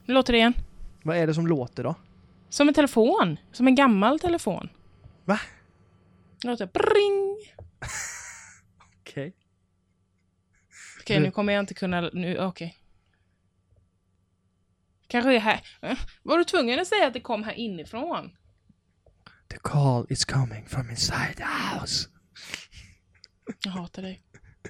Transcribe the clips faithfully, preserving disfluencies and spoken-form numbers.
Nu låter det igen. Vad är det som låter då? Som en telefon. Som en gammal telefon. Va? Det låter bring. Okej. Okay. Okej, okay, nu kommer jag inte kunna... Nu, okej. Okay. Kanske är här. Var du tvungen att säga att det kom här inifrån? The call is coming from inside the house. Jag hatar dig.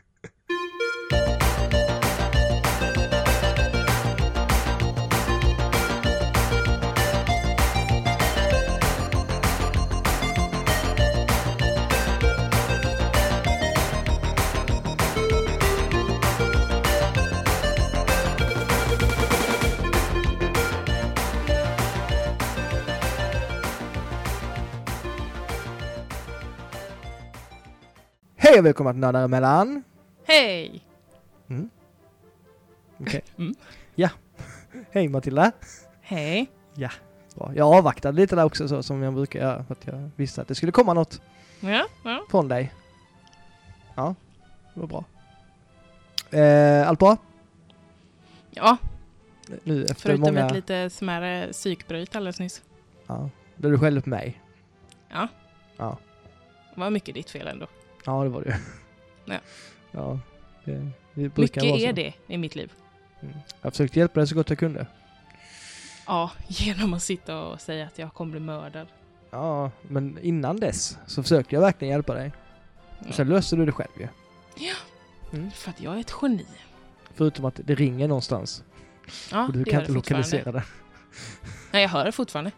Hej och välkomna till Nördar emellan. Hej! Mm. Okej. Okay. Mm. Ja. Hej Matilda. Hej. Ja, bra. Jag avvaktade lite där också så som jag brukar göra för att jag visste att det skulle komma något ja, ja. från dig. Ja, det var bra. Eh, allt bra? Ja. Nu efter Förutom många... ett lite smärre psykbryt alldeles nyss. Ja, det du skällde på mig. Ja. Ja. Det var mycket ditt fel ändå. Ja, det var det. Ja. Ja. Det, det mycket vara är så. det i mitt liv. Mm. Jag försökte hjälpa dig så gott jag kunde. Ja, genom att sitta och säga att jag kommer bli mördad. Ja, men innan dess så försökte jag verkligen hjälpa dig. Ja. Och sen löste du det själv ju. Ja, mm. för att jag är ett geni. Förutom att det ringer någonstans. Ja, och du det kan inte lokalisera det. Nej, jag hör det fortfarande.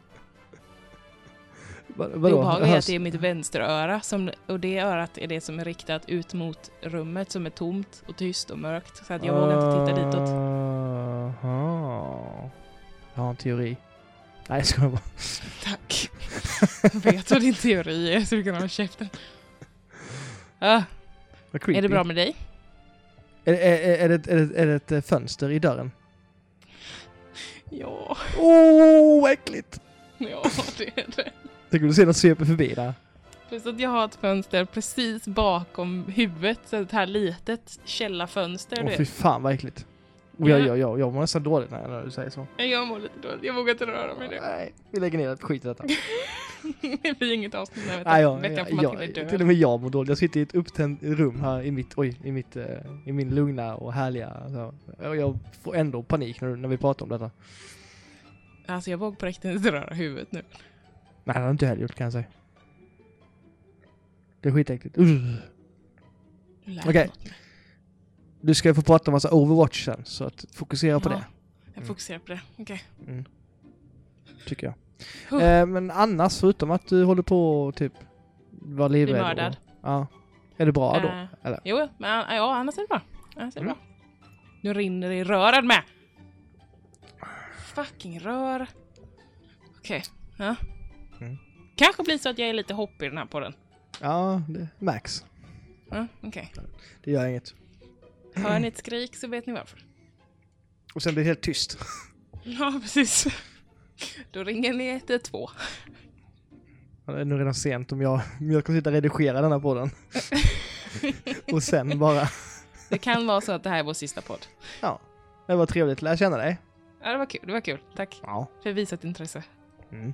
Va, det vadå? obehagliga är att det är mitt vänsteröra som, och det örat är det som är riktat ut mot rummet som är tomt och tyst och mörkt. Så att jag uh, vågar inte titta ditåt. Aha. Jag har en teori. Nej, jag ska bara... Tack. Jag vet vad din teori är så du kan ha käften. Ah. Är det bra med dig? Är, är, är, det, är, det, är det ett fönster i dörren? Ja. Åh, oh, äckligt. Ja, det är det. Tänker du se något sveper förbi där? Plus att jag har ett fönster precis bakom huvudet. Så ett här litet källarfönster. Åh, fy fan vad äckligt. Och jag, jag, jag, jag mår nästan dåligt när, när du säger så. Jag mår lite dåligt. Jag vågar inte röra mig nu. Nej, vi lägger ner ett skit i detta. Det blir inget avsnitt när jag vet Nej, att ja, jag, ja, ja, till och med jag mår dåligt. Jag sitter i ett upptänt rum här i mitt, oj, i mitt, uh, i min lugna och härliga. Så. Jag, jag får ändå panik när, när vi pratar om detta. Alltså jag vågar på riktigt inte röra huvudet nu. Nej, det har inte heller gjort kan jag säga. Det är skitäckligt. Uh. Okej. Okay. Du ska få prata om massa Overwatch sen, så att fokusera ja, på det. Jag fokuserar på det, okej. Okay. Mm. Tycker jag. Uh. Eh, men annars, förutom att du håller på och typ vara livrädd. Blir mördad. Och, ja. Är det bra uh, då? Eller? Jo, men ja, annars är det bra. Annars är det mm. bra. Nu rinner det i rören med. Fucking rör. Okej, okay. ja. Mm. Kanske blir så att jag är lite hoppig i den här podden. Ja, det, max. Ja, okej. Okay. Det gör inget. Hör ni ett skrik så vet ni varför. Och sen blir det helt tyst. Ja, precis. Då ringer ni ett ett två. Ja, det är nu redan sent om jag, om jag kan sitta och redigera den här podden. Och sen bara... Det kan vara så att det här är vår sista podd. Ja, det var trevligt att lära känna dig. Ja, det var kul. Det var kul. Tack ja. för visat intresse. Mm.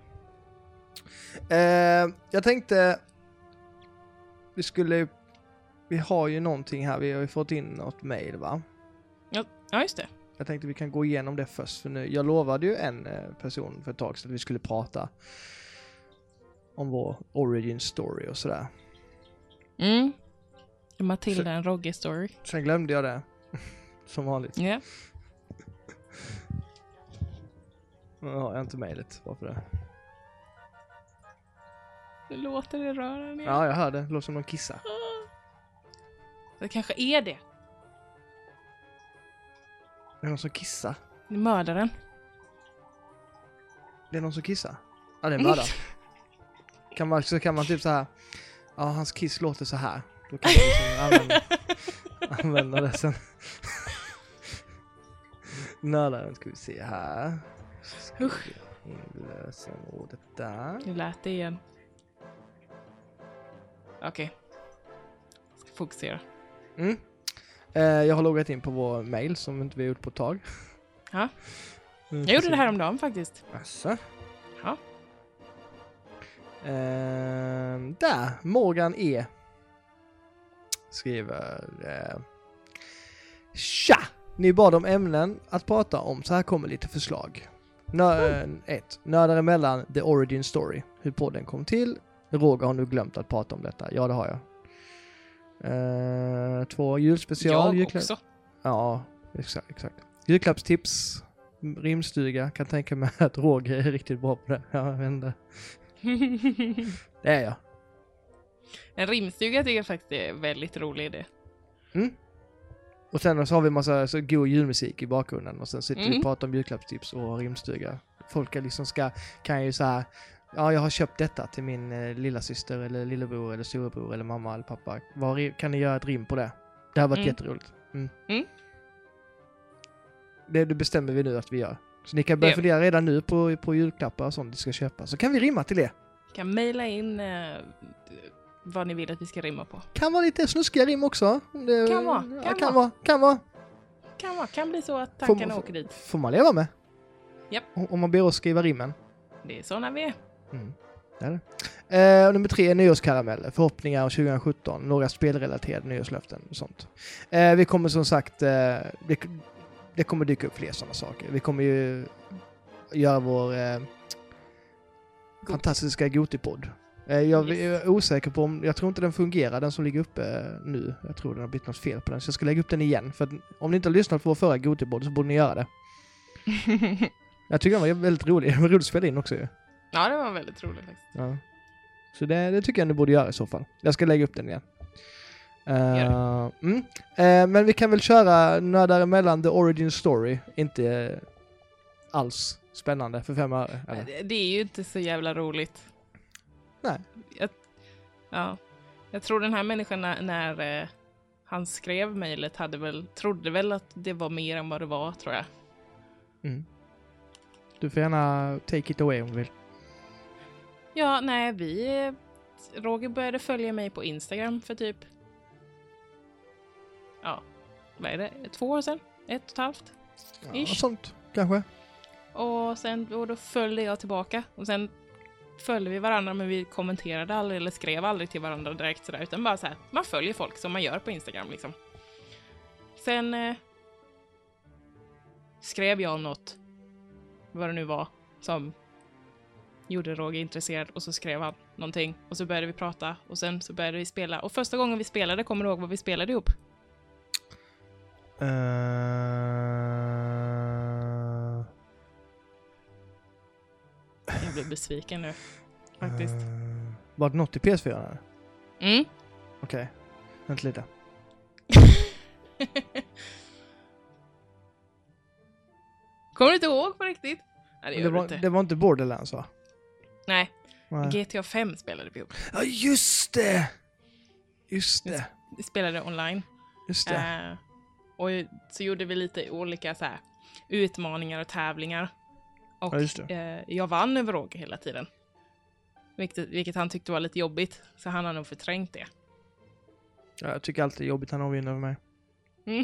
Eh, jag tänkte vi skulle vi har ju någonting här, vi har ju fått in något mejl va? Ja, ja, just det. Jag tänkte vi kan gå igenom det först för nu, jag lovade ju en person för ett tag sedan att vi skulle prata om vår origin story och sådär. Mm. Matilda en Rogge story. Sen glömde jag det. Som vanligt. Ja. Yeah. Nu har jag inte mejlet, varför det? Det låter det röra ner. Ja, jag hörde. Det låter som någon kissa. Det kanske är det. Det är någon som kissar. Det är mördaren. Det är någon som kissar? Ja, det är mördaren. kan man, så kan man typ så här. Ja, hans kiss låter så här. Då kan man liksom använda, använda det sen. Mördaren ska vi se här. Usch. Lösenordet där. Nu lät det igen. Okej. Okay. Ska fokusera. Mm. Uh, jag har loggat in på vår mail som inte vi har gjort på ett tag. Ja. Jag gjorde det här om dagen faktiskt. Asså? Ja. Ehm, där, Morgan E. skriver... Eh, Tja! Ni bad om ämnen att prata om, så här kommer lite förslag. Nö, mm. ett. Nördar emellan The Origin Story. Hur podden kom till. Roger har nu glömt att prata om detta. Ja, det har jag. Uh, två, julspecial. Jag julklapp... också. Ja, exakt, exakt. Julklappstips. Rimstuga. Kan tänka mig att Roger är riktigt bra på det. Ja, jag vet inte. Det är jag. En rimstuga tycker jag faktiskt är väldigt rolig idé. Mm. Och sen så har vi en massa så god julmusik i bakgrunden och sen sitter mm. vi och pratar om julklappstips och rimstuga. Folk liksom ska, kan ju så här, ja, jag har köpt detta till min eh, lilla syster eller lillebror eller storebror eller mamma eller pappa. Var, kan ni göra ett rim på det? Det har varit mm. jätteroligt. Mm. Mm. Det, det bestämmer vi nu att vi gör. Så ni kan börja fundera redan nu på, på julklappar och sånt ni ska köpa. Så kan vi rimma till det. Kan mejla in eh, vad ni vill att vi ska rimma på. Kan vara lite snuskiga rim också. Det, kan vara. Ja, kan, kan vara. vara. Kan vara. Kan vara. Kan bli så att tankarna får, åker dit. Får man leva med? Japp. Om, om man ber oss skriva rimmen. Det är såna vi är. Mm. Det är det. Eh, och nummer tre är nyårskarameller. Förhoppningar om tjugo sjutton. Några spelrelaterade nyårslöften och sånt. Eh, vi kommer som sagt... Eh, det, det kommer dyka upp fler sådana saker. Vi kommer ju göra vår eh, fantastiska Gotipodd. Eh, jag yes. är osäker på om... Jag tror inte den fungerar, den som ligger uppe eh, nu. Jag tror det har blivit något fel på den. Så jag ska lägga upp den igen. För att, om ni inte har lyssnat på vår förra Gotipodd så borde ni göra det. Jag tycker den var väldigt rolig. Det var roligt att spela in också ju. Ja, det var väldigt roligt faktiskt. Ja. Så det, det tycker jag ni borde göra i så fall. Jag ska lägga upp den igen. Uh, mm. uh, men vi kan väl köra nördar emellan The Origin Story. Inte uh, alls spännande för fem öre. Eller? Det, det är ju inte så jävla roligt. Nej. Jag, ja. Jag tror den här människan när, när uh, han skrev mejlet hade väl, trodde väl att det var mer än vad det var, tror jag. Mm. Du får gärna take it away om du vill. Ja, nej, vi... Roger började följa mig på Instagram för typ... Ja, vad är det? Två år sedan? Ett och ett halvt? Ja, ish. Sånt, kanske. Och sen och då följde jag tillbaka. Och sen följde vi varandra, men vi kommenterade aldrig eller skrev aldrig till varandra direkt sådär. Utan bara så här, man följer folk som man gör på Instagram liksom. Sen eh, skrev jag om något, vad det nu var, som gjorde Roger intresserad, och så skrev han någonting och så började vi prata och sen så började vi spela, och första gången vi spelade, kommer du ihåg vad vi spelade ihop? Uh... Jag blev besviken nu faktiskt. Uh... Var det något i P S fyra? Eller? Mm. Okej, okay. Vänta lite. Kommer du inte ihåg på riktigt? Nej, det, det, var, inte. det var inte Borderlands, va? Nej. Nej. G T A fem spelade vi ihop. Ja, just det! Just det. Vi spelade online. Just det. Uh, och så gjorde vi lite olika så här, utmaningar och tävlingar. Och ja, just det. Uh, jag vann över Roger hela tiden. Vilket, vilket han tyckte var lite jobbigt. Så han har nog förträngt det. Ja, jag tycker alltid det är jobbigt att han vinner över mig. Mm.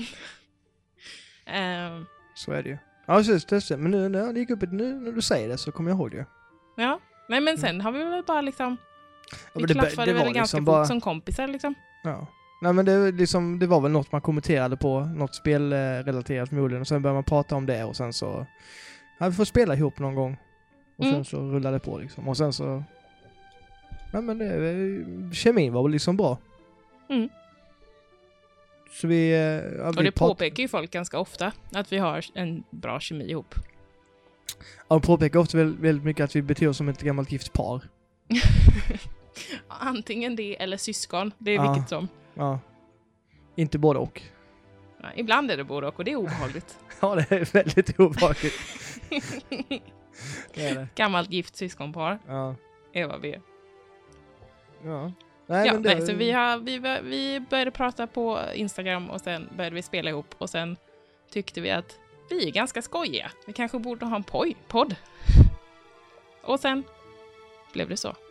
um, så är det ju. Ja, just det. Just det. Men nu när det gick upp ett, nu när du säger det så kommer jag ihåg det. Ja, nej, men sen mm. har vi väl bara liksom... Ja, vi det, klaffade det väl liksom ganska fort bara... som kompisar liksom. Ja. Nej, men det, liksom, det var väl något man kommenterade på, något spelrelaterat förmodligen, och sen började man prata om det och sen så... Ja, vi får spela ihop någon gång. Och mm. sen så rullade det på liksom. Och sen så... Nej, men det, kemin var väl liksom bra. Mm. Så vi... Ja, och vi det prat... påpekar ju folk ganska ofta att vi har en bra kemi ihop. Ja, de påpekar ofta väldigt, väldigt mycket att vi beter oss som ett gammalt gift par. Antingen det eller syskon. Det är ja. vilket som. Ja. Inte både och. Ja, ibland är det både och och det är obehagligt. Ja, det är väldigt obehagligt. det är det. Gammalt gift syskonpar. Ja. Är vad vi är. Ja. Nej, ja, men det... nej, så vi, har, vi, vi började prata på Instagram och sen började vi spela ihop och sen tyckte vi att vi är ganska skojiga. Vi kanske borde ha en poj, podd. Och sen blev det så.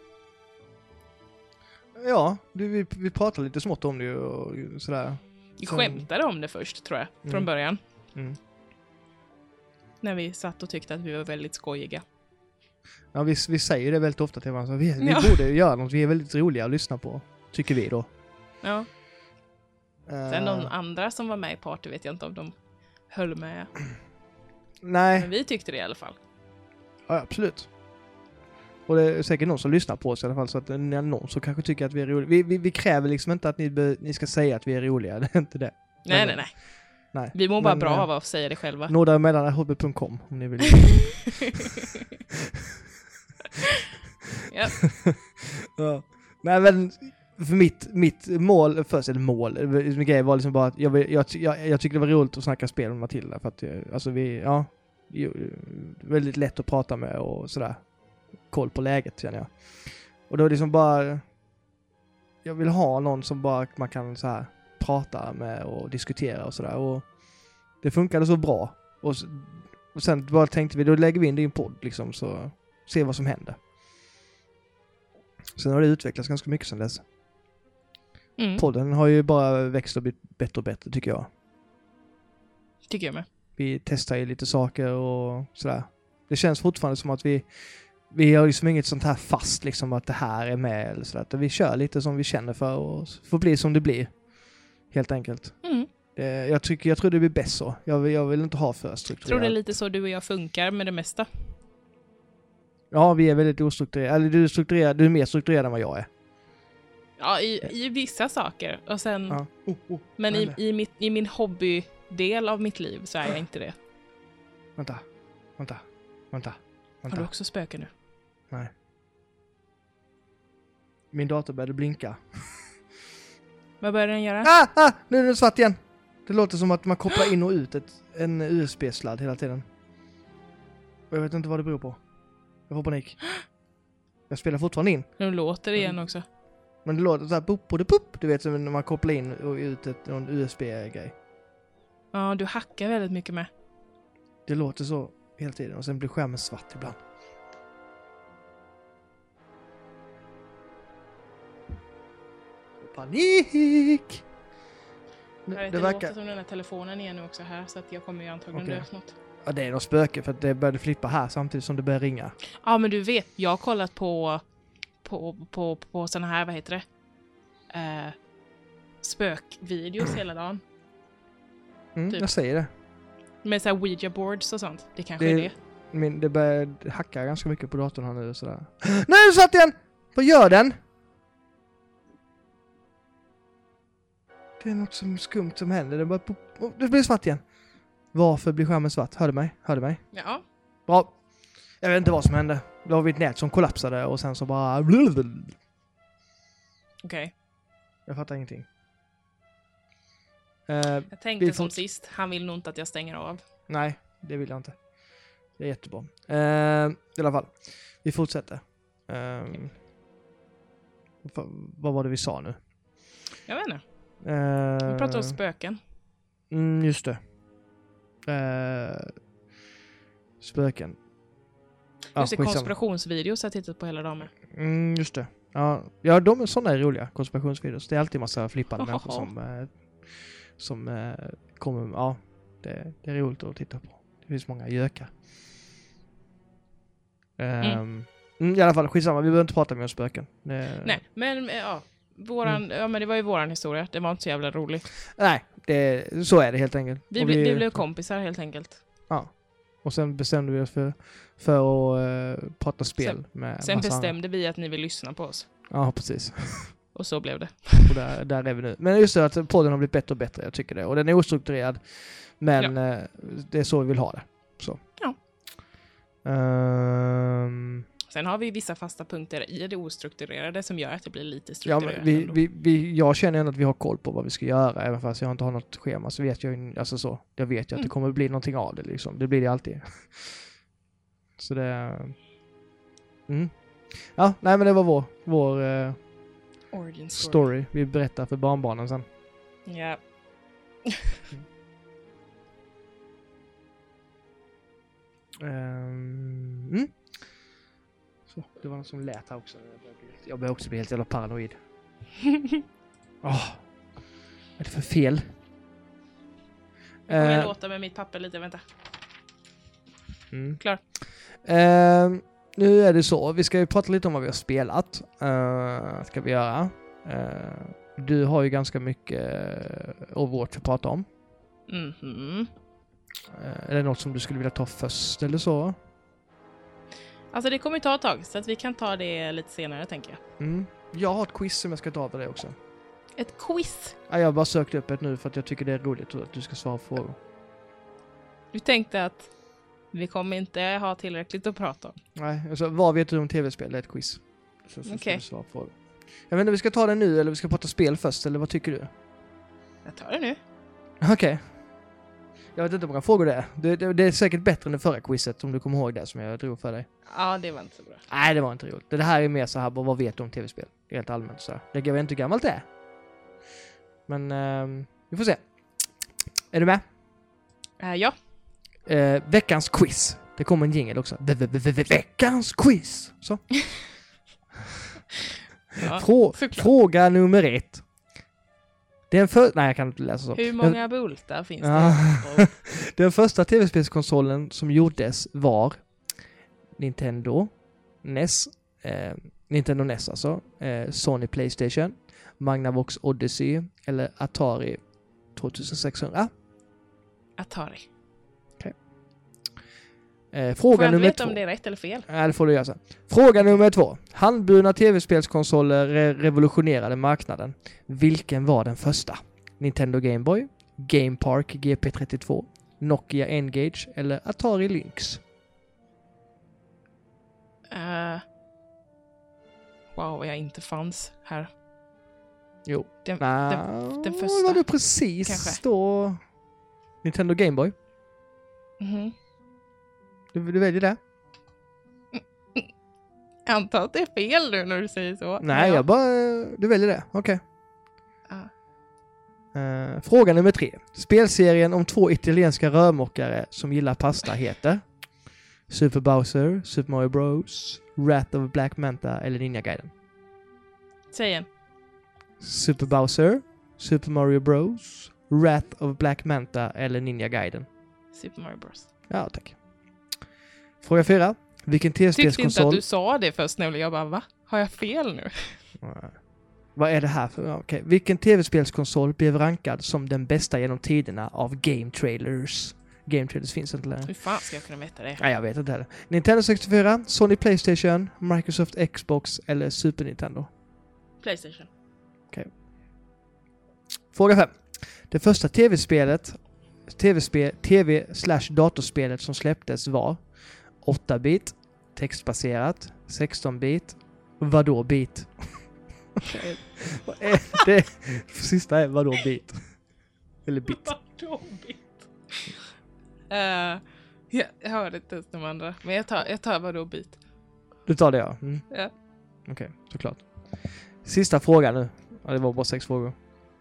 Ja, det, vi, vi pratade lite smått om det och sådär. Vi sen... skämtade om det först, tror jag, från mm. början. Mm. När vi satt och tyckte att vi var väldigt skojiga. Ja, vi, vi säger det väldigt ofta till varandra. Vi, vi Ja. borde ju göra något. Vi är väldigt roliga att lyssna på. Tycker vi då. Ja. Sen Uh, de andra som var med i party vet jag inte om de höll med. Nej. Men vi tyckte det i alla fall. Ja, absolut. Och det är säkert någon som lyssnar på oss i alla fall. Så att det är någon som kanske tycker att vi är roliga. Vi, vi, vi kräver liksom inte att ni, be, ni ska säga att vi är roliga. Det är inte det. Nej, men, nej, nej. nej. Vi mår bara men, bra äh, av att säga det själva. Nordamellan hobby punkt com om ni vill. Ja. Ja. Nej, men för mitt, mitt mål, först eller mål, min grej var liksom bara att jag, vill, jag, jag, jag tyckte det var roligt att snacka spel med Matilda. För att alltså vi, ja, väldigt lätt att prata med och sådär. Koll på läget känner jag. Och då är det liksom bara, jag vill ha någon som bara man kan så här prata med och diskutera och sådär. Och det funkade så bra. Och, och sen bara tänkte vi, då lägger vi in det i en podd liksom, så se vad som händer. Sen har det utvecklats ganska mycket sedan dess. Mm. Podden har ju bara växt och blivit bättre och bättre tycker jag. Tycker jag med. Vi testar ju lite saker och sådär. Det känns fortfarande som att vi vi har liksom inget sånt här fast liksom att det här är med eller sådär. Vi kör lite som vi känner för och får bli som det blir. Helt enkelt. Mm. Det, jag, tycker, jag tror det blir bäst så. Jag vill, jag vill inte ha för strukturerat. Jag tror det är lite så du och jag funkar med det mesta. Ja, vi är väldigt ostrukturerade. Eller du är strukturerad, du är mer strukturerad än vad jag är. Ja, i, i vissa saker. Och sen, Ja. Oh, oh, men i, vänta. i, mitt, i min hobbydel av mitt liv så är jag inte det. Vänta, vänta, vänta, Har vänta. du också spöken nu? Nej. Min dator började blinka. Vad börjar den göra? Ah, ah, nu är den svart igen. Det låter som att man kopplar in och ut ett, en U S B-sladd hela tiden. Och jag vet inte vad det beror på. Jag får panik. Jag spelar fortfarande in. Nu låter det igen också. Men det låter så här boop, boop, boop. Du vet som när man kopplar in och ut ett, en U S B-grej. Ja, du hackar väldigt mycket med. Det låter så hela tiden och sen blir skärmen svart ibland. Panik! Jag vet, Det det verkar... låter som den här telefonen igen nu också här. Så att jag kommer ju antagligen Okej. dö snart. Ja, det är något spöke för att det började flippa här samtidigt som det började ringa. Ja, men du vet, jag har kollat på på, på, på såna här, vad heter det? Eh, spökvideos hela dagen. Mm, Typ. Jag säger det. Med så här Ouija boards och sånt. Det kanske Det- är det. Min, det börjar hacka ganska mycket på datorn här nu och sådär. Nej, du satt igen! Vad gör den? Det är något som skumt som händer. Det, bara, oh, det blir svart igen. Varför blir skärmen svart? Hör du mig? Hör du mig? Ja. Bra. Jag vet inte vad som hände. Det var ett nät som kollapsade och sen så bara... Okej. Okay. Jag fattar ingenting. Uh, Jag tänkte Vi som fort- sist, han vill nog inte att jag stänger av. nej, det vill jag inte. Det är jättebra. Uh, I alla fall. Vi fortsätter. Um, vad, vad var det vi sa nu? Jag vet inte. Uh, Vi pratar om spöken. Mm, just det. Uh, spöken. Ja, Just det, skitsamma. konspirationsvideos har jag tittat på hela dagen med. Mm, just det. Ja, ja de, sådana är roliga konspirationsvideos. Det är alltid massa flippade människor som, eh, som eh, kommer... Ja, det, det är roligt att titta på. Det finns många gökar. Um, Mm. mm, I alla fall, skitsamma. Vi behöver inte prata mer om spöken. Det, Nej, men eh, ja. Våran, Mm. ja, men det var ju våran historia. Det var inte så jävla roligt. Nej, det, så är det helt enkelt. Vi, Och vi, vi blev kompisar helt enkelt. Ja. Och sen bestämde vi oss för, för att uh, prata spel Sen- med Sen massa bestämde vi att ni vill lyssna på oss. andra. Ja, precis. Och så blev det. Och där, där är vi nu. Men just det, att podden har blivit bättre och bättre, jag tycker det. Och den är ostrukturerad. Men eh, det är så vi vill ha det. Så. Ja. Ehm, Sen har vi vissa fasta punkter i det ostrukturerade som gör att det blir lite ja, strukturerat. men vi, ändå. vi, vi, jag känner ändå att vi har koll på vad vi ska göra. Även fast jag inte har något schema så vet jag ju, alltså så. Jag vet ju att Mm. det kommer att bli någonting av det liksom. Det blir det alltid. Så det... Mm. Ja, nej men det var vår, vår eh, Origin story. story. Vi berättar för barnbarnen sen. Ja. Um, mm. Så, det var något som lät här också. Jag börjar också bli helt jävla paranoid. Åh, vad är det för fel? Jag kommer Eh, låta med mitt papper lite, vänta. Mm. Klar. Uh, nu är det så. Vi ska ju prata lite om vad vi har spelat. Uh, ska vi göra. Uh, du har ju ganska mycket uh, Overwatch att prata om. Mhm. Uh, är det något som du skulle vilja ta först eller så? Alltså det kommer ju ta ett tag, så att vi kan ta det lite senare, tänker jag. Mm. Jag har ett quiz som jag ska ta på dig också. Ett quiz? Ja, jag har bara sökt upp ett nu för att jag tycker det är roligt att du ska svara på frågor. Du tänkte att vi kommer inte ha tillräckligt att prata om. Nej, alltså vad vet du om tv-spel? Det är ett quiz. Så, så Okej. ska du svara på frågor. Jag vet inte om vi ska ta det nu eller vi ska prata spel först, eller vad tycker du? Jag tar det nu. Okej. Okay. Jag vet inte hur många frågor det är. Det, det, det är säkert bättre än det förra quizet, om du kommer ihåg det som jag drog för dig. Ja, det var inte så bra. Nej, det var inte roligt. Det här är mer så här, vad vet du om tv-spel? Helt allmänt så här. Jag vet inte hur gammalt det är. Men um, vi får se. Är du med? Uh, ja. Uh, veckans quiz. Det kommer en jingle också. V- v- v- v- veckans quiz. Så. Ja, Frå- fråga nummer ett. Den för- Nej, jag kan inte läsa så. Hur många bultar finns Ja. det? Den första tv-spelskonsolen som gjordes var Nintendo N E S. Eh, Nintendo N E S alltså. Eh, Sony PlayStation. Magnavox Odyssey. Eller Atari tjugosexhundra. Atari. Eh, Får fråga jag nummer veta två. om det är rätt eller fel? Ja, det får du göra sen. Fråga nummer två. Handburna tv-spelskonsoler re- revolutionerade marknaden. Vilken var den första? Nintendo Game Boy, Game Park G P trettiotvå, Nokia N-Gage eller Atari Lynx? Uh, wow, jag inte fanns här. Jo. Den, Nah, den, den första. var det precis kanske. då? Nintendo Game Boy? Mhm. Du, du väljer det? Jag antar att det är fel nu när du säger så. Nej, ja. jag bara... Du väljer det. Okej. Ah. Uh, fråga nummer tre. Spelserien om två italienska rörmokare som gillar pasta heter Super Bowser, Super Mario Bros, Wrath of Black Manta eller Ninja Gaiden? Säg igen. Super Bowser, Super Mario Bros, Wrath of Black Manta eller Ninja Gaiden? Super Mario Bros. Ja, tack. Fråga fyra. Vilken Tyckte inte tv-spelskonsol... att du sa det först nämligen. Jag bara, va? Har jag fel nu? Vad är det här för... Ja, okej. Vilken tv-spelskonsol blev rankad som den bästa genom tiderna av Game Trailers? Game Trailers finns inte längre. Hur fan ska jag kunna veta det? Nej, jag vet inte heller. Nintendo sextiofyra, Sony PlayStation, Microsoft Xbox eller Super Nintendo? PlayStation. Fråga fem. Det första tv-spelet tv-spel, tv slash datorspelet som släpptes var åtta bit, textbaserat, sexton bit, vadå bit? Vad är det? Sista är vadå bit? Eller bit? Vadå bit? Uh, jag, jag hörde inte ens de andra. Men jag tar, jag tar vadå bit. Du tar det, ja. Mm. Ja. Okej, okay, såklart. Sista frågan nu. Ja, det var bara sex frågor.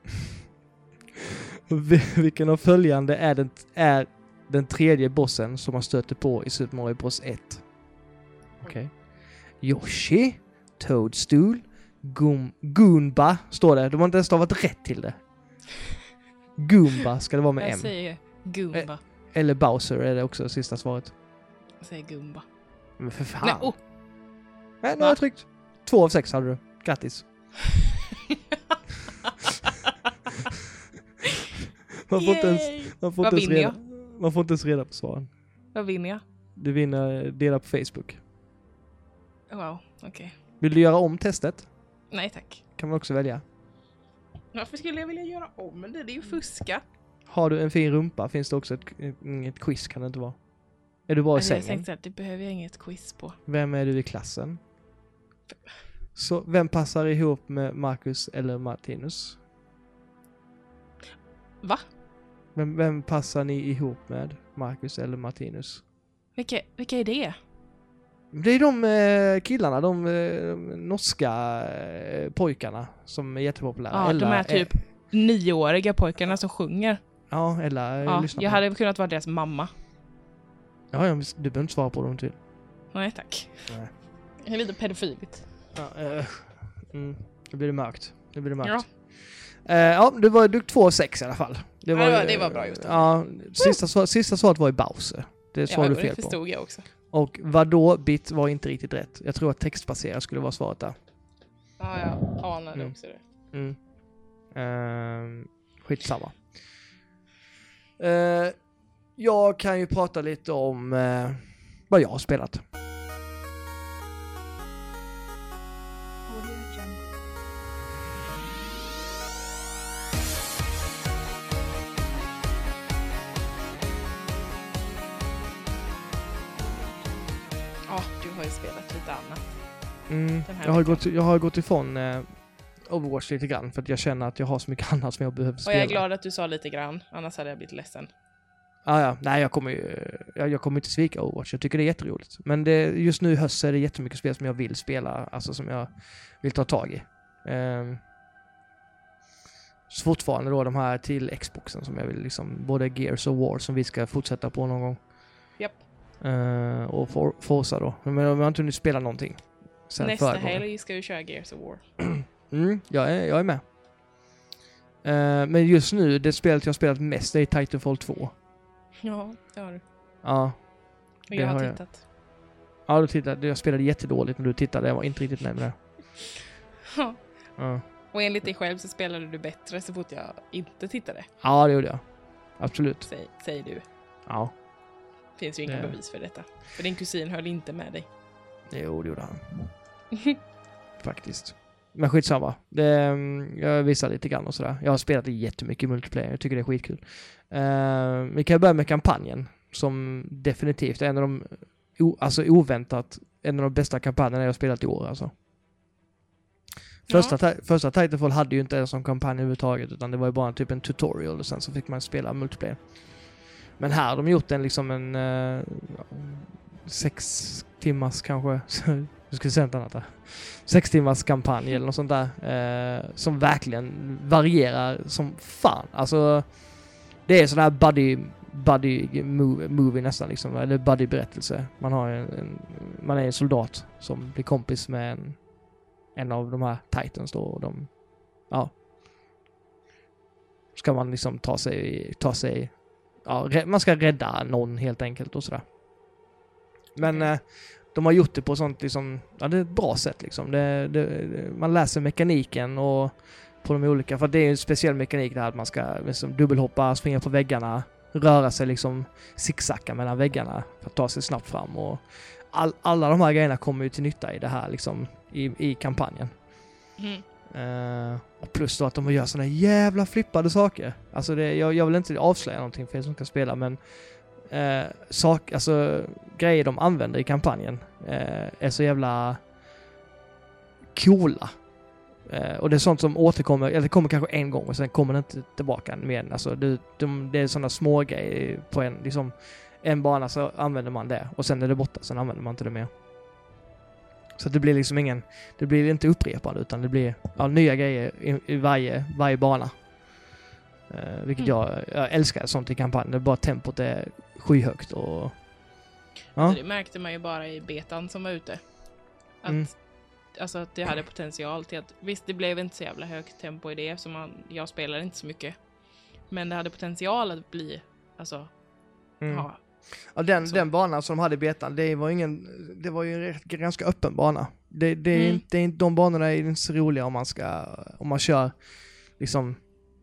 Vilken av följande är den, är den tredje bossen som man stöter på i Super Mario Bros ett? Okej. Okay. Yoshi, Toadstool, Goom, Goomba står det. De har inte ens stavat rätt till det. Goomba ska det vara med jag M. Jag säger Goomba. Eller Bowser är det också sista svaret. Jag säger Goomba. Men för fan. Nej, oh. Nej, nu har jag tryckt. Två av sex hade du. Grattis. Man får inte ens, man får Vad inte ens vinner reda, man får inte ens reda på svaren. Vad vinner jag? Du vinner dela på Facebook. Wow, okej. Okay. Vill du göra om testet? Nej tack. Kan man också välja. Varför skulle jag vilja göra om det? Det är ju fuska. Har du en fin rumpa finns det också ett, inget quiz kan det inte vara. Är du bara i alltså, sängen? Jag tänkte att det behöver jag inget quiz på. Vem är du i klassen? Så vem passar ihop med Marcus eller Martinus? Va? Vem, vem passar ni ihop med? Marcus eller Martinus? Vilka, vilka är det? Det är de eh, killarna, de eh, norska eh, pojkarna som är jättepopulära. Ja, Ella, de är typ eh, nioåriga pojkarna som sjunger. Ja, eller ja, lyssna jag på. hade kunnat vara deras mamma. Ja, ja, du behöver inte svara på dem till. Nej, tack. Nej. Det är lite pedofiligt. Ja, eh, mm, det blir det mörkt. Det blir det mörkt. Ja. Eh, ja, du var du två av sex i alla fall. Det var, ja, det var bra gjort. Ja, sista, svar, sista svaret var i Bowser. Det svarade ja, du fel det förstod på. Jag också. Och vadå bit var inte riktigt rätt. Jag tror att textbaserat skulle vara svaret där. Ja, jag anade Mm. också det. Mm. Uh, skitsamma. Uh, jag kan ju prata lite om uh, vad jag har spelat. Ja, du har ju spelat lite annat. Mm. Den här Jag, har veckan. gått, jag har gått ifrån uh, Overwatch lite grann för att jag känner att jag har så mycket annat som jag behöver Och spela. jag är glad att du sa lite grann, annars hade jag blivit ledsen. Ah, ja, nej jag kommer ju, jag, jag kommer inte svika Overwatch. Jag tycker det är jätteroligt. Men det, just nu i höst så är det jättemycket spel som jag vill spela, alltså som jag vill ta tag i. Um, så fortfarande då de här till Xboxen som jag vill liksom, både Gears och War som vi ska fortsätta på någon gång. Japp. Uh, och For, Forza då. Men jag har inte hunnit spela någonting. Sen Nästa helg ska vi köra Gears of War. mm, jag, är, jag är med. Uh, men just nu, det spelet jag har spelat mest är Titanfall två. Ja, det har du. Ja. Och jag har, har jag. tittat. Ja, du tittade. Jag spelade jättedåligt när du tittade. Jag var inte riktigt nöjd med det. Ja. Ja. Och enligt dig själv så spelade du bättre så fort jag inte tittade. Ja, det gjorde jag. Absolut. Säg, säger du. Ja. Finns ju inga Det- bevis för detta. För din kusin höll inte med dig. Jo, det gjorde han. Faktiskt. Men skitsamma. Det, mm, jag visar lite grann och sådär. Jag har spelat jättemycket multiplayer. Jag tycker det är skitkul. Uh, vi kan börja med kampanjen. Som definitivt är en av de, o, alltså oväntat, en av de bästa kampanjerna jag har spelat i år. Alltså. Första, Ja. ti- första Titanfall hade ju inte en sån kampanj överhuvudtaget. Utan det var ju bara typ en tutorial. Och sen så fick man spela multiplayer. Men här har de gjort en liksom en uh, sex timmars kanske. Jag skulle säga något annat där. Sex timmars kampanj eller något sånt där. Eh, som verkligen varierar som fan. Alltså, det är sån här buddy, buddy movie, movie nästan liksom. Eller buddy-berättelse. Man har en, en, man är en soldat som blir kompis med en, en av de här Titans då. Och de, ja. Ska man liksom ta sig, ta sig, ja, rä- man ska rädda någon helt enkelt och sådär. Men Okej. eh, de har gjort det på sånt liksom, ja, det är ett bra sätt liksom. Det, det, det, man läser mekaniken och på de olika, för det är ju en speciell mekanik där att man ska liksom dubbelhoppa, springa på väggarna, röra sig liksom zigzacka mellan väggarna för att ta sig snabbt fram och all, alla de här grejerna kommer ju till nytta i det här liksom i, i kampanjen. Mm. Uh, och plus då att de gör såna jävla flippade saker. Alltså det, jag, jag vill inte avslöja någonting för er som ska spela, men uh, sak, alltså grejer de använder i kampanjen uh, är så jävla coola. Uh, och det är sånt som återkommer, eller det kommer kanske en gång och sen kommer det inte tillbaka mer. Alltså det, de, det är såna små grejer på en, liksom en bana så använder man det och sen är det borta, sen använder man inte det mer. Så det blir liksom ingen, det blir inte upprepande utan det blir ja, nya grejer i, i varje, varje bana. Uh, vilket Mm. jag, jag älskar sånt i kampanjen. Det är bara tempot är skyhögt och ja. Alltså, det märkte man ju bara i betan som var ute. Att, Mm. alltså, att det hade potential till att, visst det blev inte så jävla högt tempo i det eftersom man, jag spelar inte så mycket. Men det hade potential att bli, alltså, Mm. ja. Ja, den, Så. den banan som de hade i betan, det var ingen, det var ju en rätt, ganska öppen bana. Det, det är Mm. inte, det är inte, de banorna är inte så roliga om man ska, om man kör liksom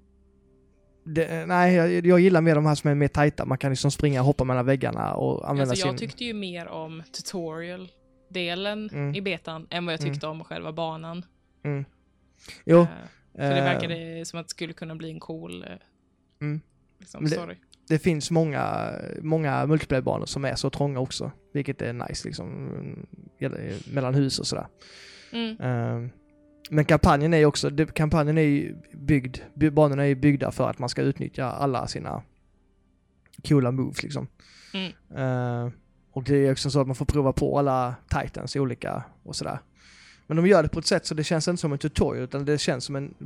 det, nej, jag, jag gillar mer de här som är mer tajta. Man kan liksom springa och hoppa mellan väggarna och använda Alltså, jag sin... tyckte ju mer om tutorial-delen Mm. i betan än vad jag tyckte om själva banan. Mm. Jo. Eh, för det eh, verkade som att det skulle kunna bli en cool eh, Mm. liksom, Men det- story. Det finns många, många multiplayer-banor som är så trånga också. Vilket är nice liksom. Gäller mellan hus och sådär. Mm. Um, men kampanjen är ju också, det, kampanjen är ju byggd, by, banorna är ju byggda för att man ska utnyttja alla sina coola moves liksom. Mm. Uh, och det är också så att man får prova på alla titans i olika och sådär. Men de gör det på ett sätt så det känns inte som en tutorial utan det känns som en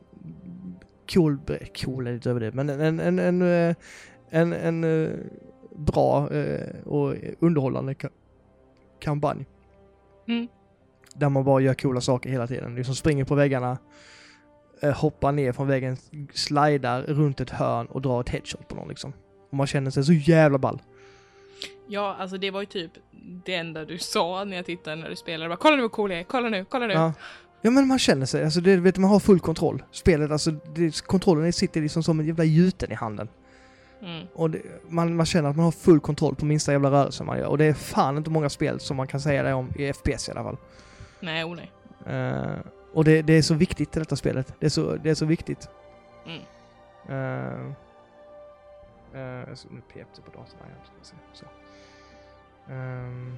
cool, cool är lite över det, men en, en, en, en, en, en, en uh, bra uh, och underhållande ka- kampanj. Mm. Där man bara gör coola saker hela tiden. Liksom springer på väggarna, eh, hoppar ner från väggen, slidar runt ett hörn och drar ett headshot på någon liksom. Och man känner sig så jävla ball. Ja, alltså det var ju typ det enda du sa när jag tittade när du spelade. Bara, kolla nu vad cool jag är, kolla nu, kolla nu. Ja. Ja, men man känner sig, alltså det, vet du, man har full kontroll. Spelet, alltså det, kontrollen sitter liksom som en jävla gjuten i handen. Mm. Och det, man, man känner att man har full kontroll på minsta jävla rörelse man gör. Och det är fan inte många spel som man kan säga det om i F P S i alla fall. Nej, oh nej. Uh, och det, det är så viktigt i detta spelet. Det är så, det är så viktigt. Mm. Uh, uh, så nu pep det på datorn här. Ska se. Så. Um,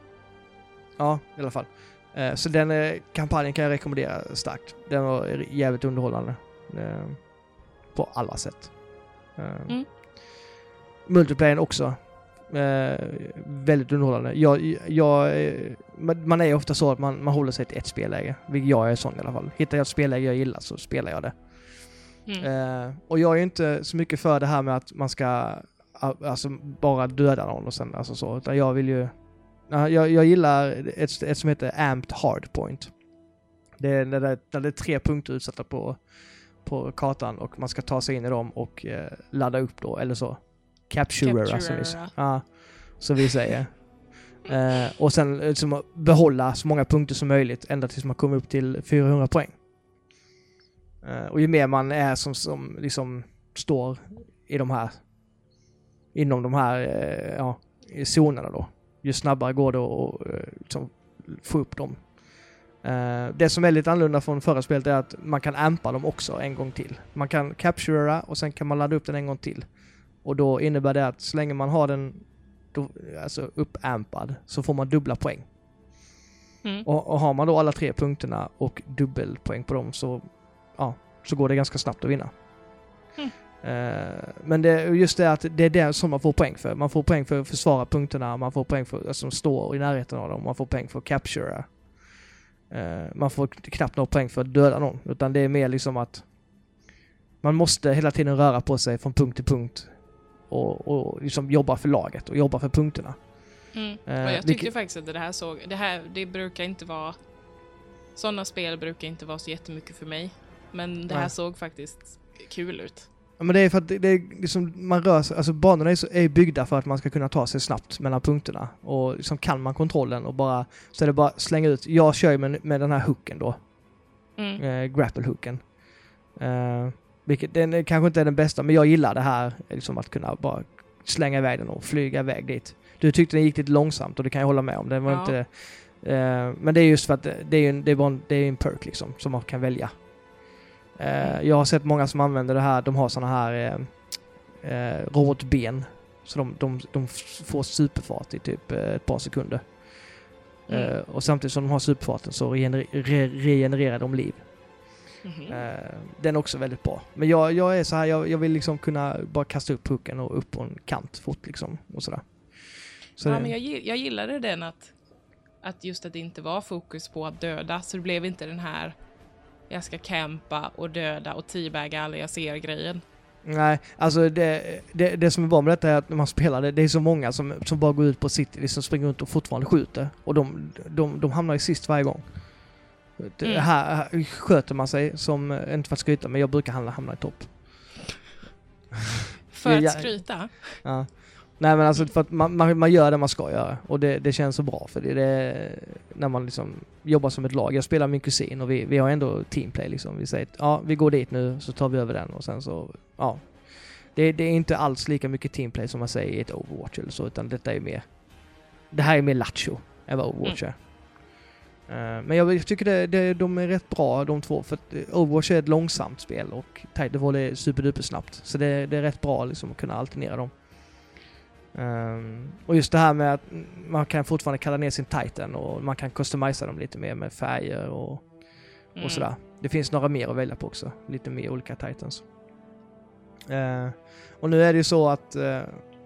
ja, i alla fall. Uh, så den uh, kampanjen kan jag rekommendera starkt. Den var jävligt underhållande. Uh, på alla sätt. Uh, mm. Multiplayern också. Uh, väldigt underhållande. Jag, jag, man är ju ofta så att man, man håller sig till ett spelläge. Jag är sån i alla fall. Hittar jag ett spelläge jag gillar så spelar jag det. Mm. Uh, och jag är inte så mycket för det här med att man ska alltså, bara döda någon och sen alltså så. Utan jag vill ju... Uh, jag, jag gillar ett, ett som heter Amped Hardpoint. Det är när det, när det är tre punkter utsatta på, på kartan och man ska ta sig in i dem och uh, ladda upp då, eller så. Capturer, som vi, ja, som vi säger. uh, och sen liksom, behålla så många punkter som möjligt ända tills man kommer upp till fyrahundra poäng. Uh, och ju mer man är som, som liksom står i de här inom de här uh, ja, zonerna då, ju snabbare går det att uh, liksom, få upp dem. Uh, det som är lite annorlunda från förra spelet är att man kan ampa dem också en gång till. Man kan capturera och sen kan man ladda upp den en gång till. Och då innebär det att så länge man har den då, alltså uppampad så får man dubbla poäng. Mm. Och, och har man då alla tre punkterna och dubbelpoäng på dem så, ja, så går det ganska snabbt att vinna. Mm. Uh, men det, just det att det är det som man får poäng för. Man får poäng för att försvara punkterna, man får poäng för att alltså, stå i närheten av dem, man får poäng för att captura. Uh, man får knappt några poäng för att döda någon. Utan det är mer liksom att man måste hela tiden röra på sig från punkt till punkt. Och, och liksom jobba för laget och jobba för punkterna. Mm. Och jag tyckte vilket... faktiskt att det här såg... Det här det brukar inte vara... Sådana spel brukar inte vara så jättemycket för mig. Men det här Nej. såg faktiskt kul ut. Ja, men det är för att det, det är liksom... Man rör sig... Alltså banorna är, så, är byggda för att man ska kunna ta sig snabbt mellan punkterna. Och liksom kan man kontrollen och bara... Så är det bara slänga ut... Jag kör ju med, med den här hooken då. Mm. Eh, grapple-hooken. Eh... Vilket, den kanske inte är den bästa, men jag gillar det här liksom att kunna bara slänga iväg den och flyga iväg dit. Du tyckte den gick lite långsamt och det kan jag hålla med om. Den var ja. inte, eh, men det är just för att det är en, det är bara en, det är en perk liksom, som man kan välja. Eh, jag har sett många som använder det här, de har såna här eh, eh, robotben. Så de, de, de får superfart i typ eh, ett par sekunder. Mm. Eh, och samtidigt som de har superfarten så regener- re- regenererar de liv. Mm-hmm. Uh, den är också väldigt bra. Men jag, jag är så här, jag, jag vill liksom kunna bara kasta upp pucken och upp på en kant fort liksom och sådär. Så ja, det... men jag, jag gillade den att, att just att det inte var fokus på att döda, så det blev inte den här jag ska campa och döda och teabagga alla jag ser grejen. Nej, alltså det, det, det som är bra med detta är att när man spelar det, det är så många som, som bara går ut på city, liksom springer runt och fortfarande skjuter. Och de, de, de hamnar i sist varje gång. Det, mm. här, här sköter man sig som, inte för att skryta, men jag brukar hamna, hamna i topp. För att skryta? Ja. Nej, men alltså för att man, man, man gör det man ska göra. Och det, det känns så bra för det, det när man liksom jobbar som ett lag. Jag spelar med min kusin och vi, vi har ändå teamplay liksom. Vi säger, ja, vi går dit nu så tar vi över den och sen så, ja. Det, det är inte alls lika mycket teamplay som man säger i ett Overwatch eller så, utan detta är mer, det här är mer lattjo än vad Overwatch är. Mm. Uh, men jag tycker det, det, de är rätt bra de två, för att Overwatch är ett långsamt spel och Titanfall är superduper snabbt, så det, det är rätt bra liksom att kunna alternera dem. Um, och just det här med att man kan fortfarande kalla ner sin Titan och man kan customisa dem lite mer med färger och, mm. och sådär. Det finns några mer att välja på också, lite mer olika Titans. Uh, och nu är det ju så att uh,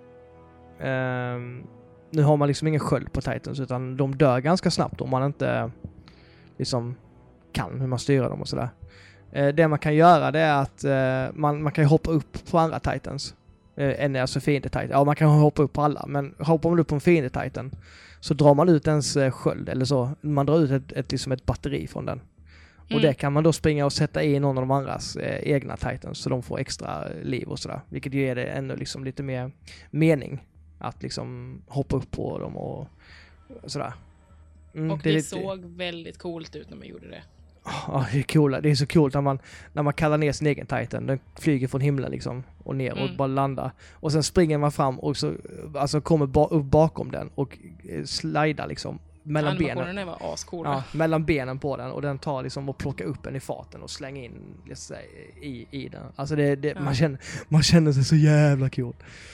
um, nu har man liksom ingen sköld på Titans, utan de dör ganska snabbt om man inte liksom kan hur man styr dem och sådär. Eh, det man kan göra det är att eh, man, man kan hoppa upp på andra Titans. Eh, än alltså fiende Titan. Ja, man kan hoppa upp på alla, men hoppar man upp på en fiende Titan så drar man ut ens eh, sköld eller så. Man drar ut ett, ett, liksom ett batteri från den. Mm. Och det kan man då springa och sätta i någon av de andras eh, egna Titans så de får extra liv och sådär. Vilket ger det ännu liksom lite mer mening. Att liksom hoppa upp på dem och sådär. Mm, och det, det lite... såg väldigt coolt ut när man gjorde det. Ja, det är coolt. Det är så coolt när man, när man kallar ner sin egen Titan. Den flyger från himlen liksom och ner och Mm. bara landar. Och sen springer man fram och så alltså kommer ba- upp bakom den och eh, slidar liksom mellan benen. Animationerna var ascoola. Ja, mellan benen på den och den tar liksom och plockar upp den i farten och slänger in liksom, i, i den. Alltså det, det, Ja. man, känner, man känner sig så jävla cool.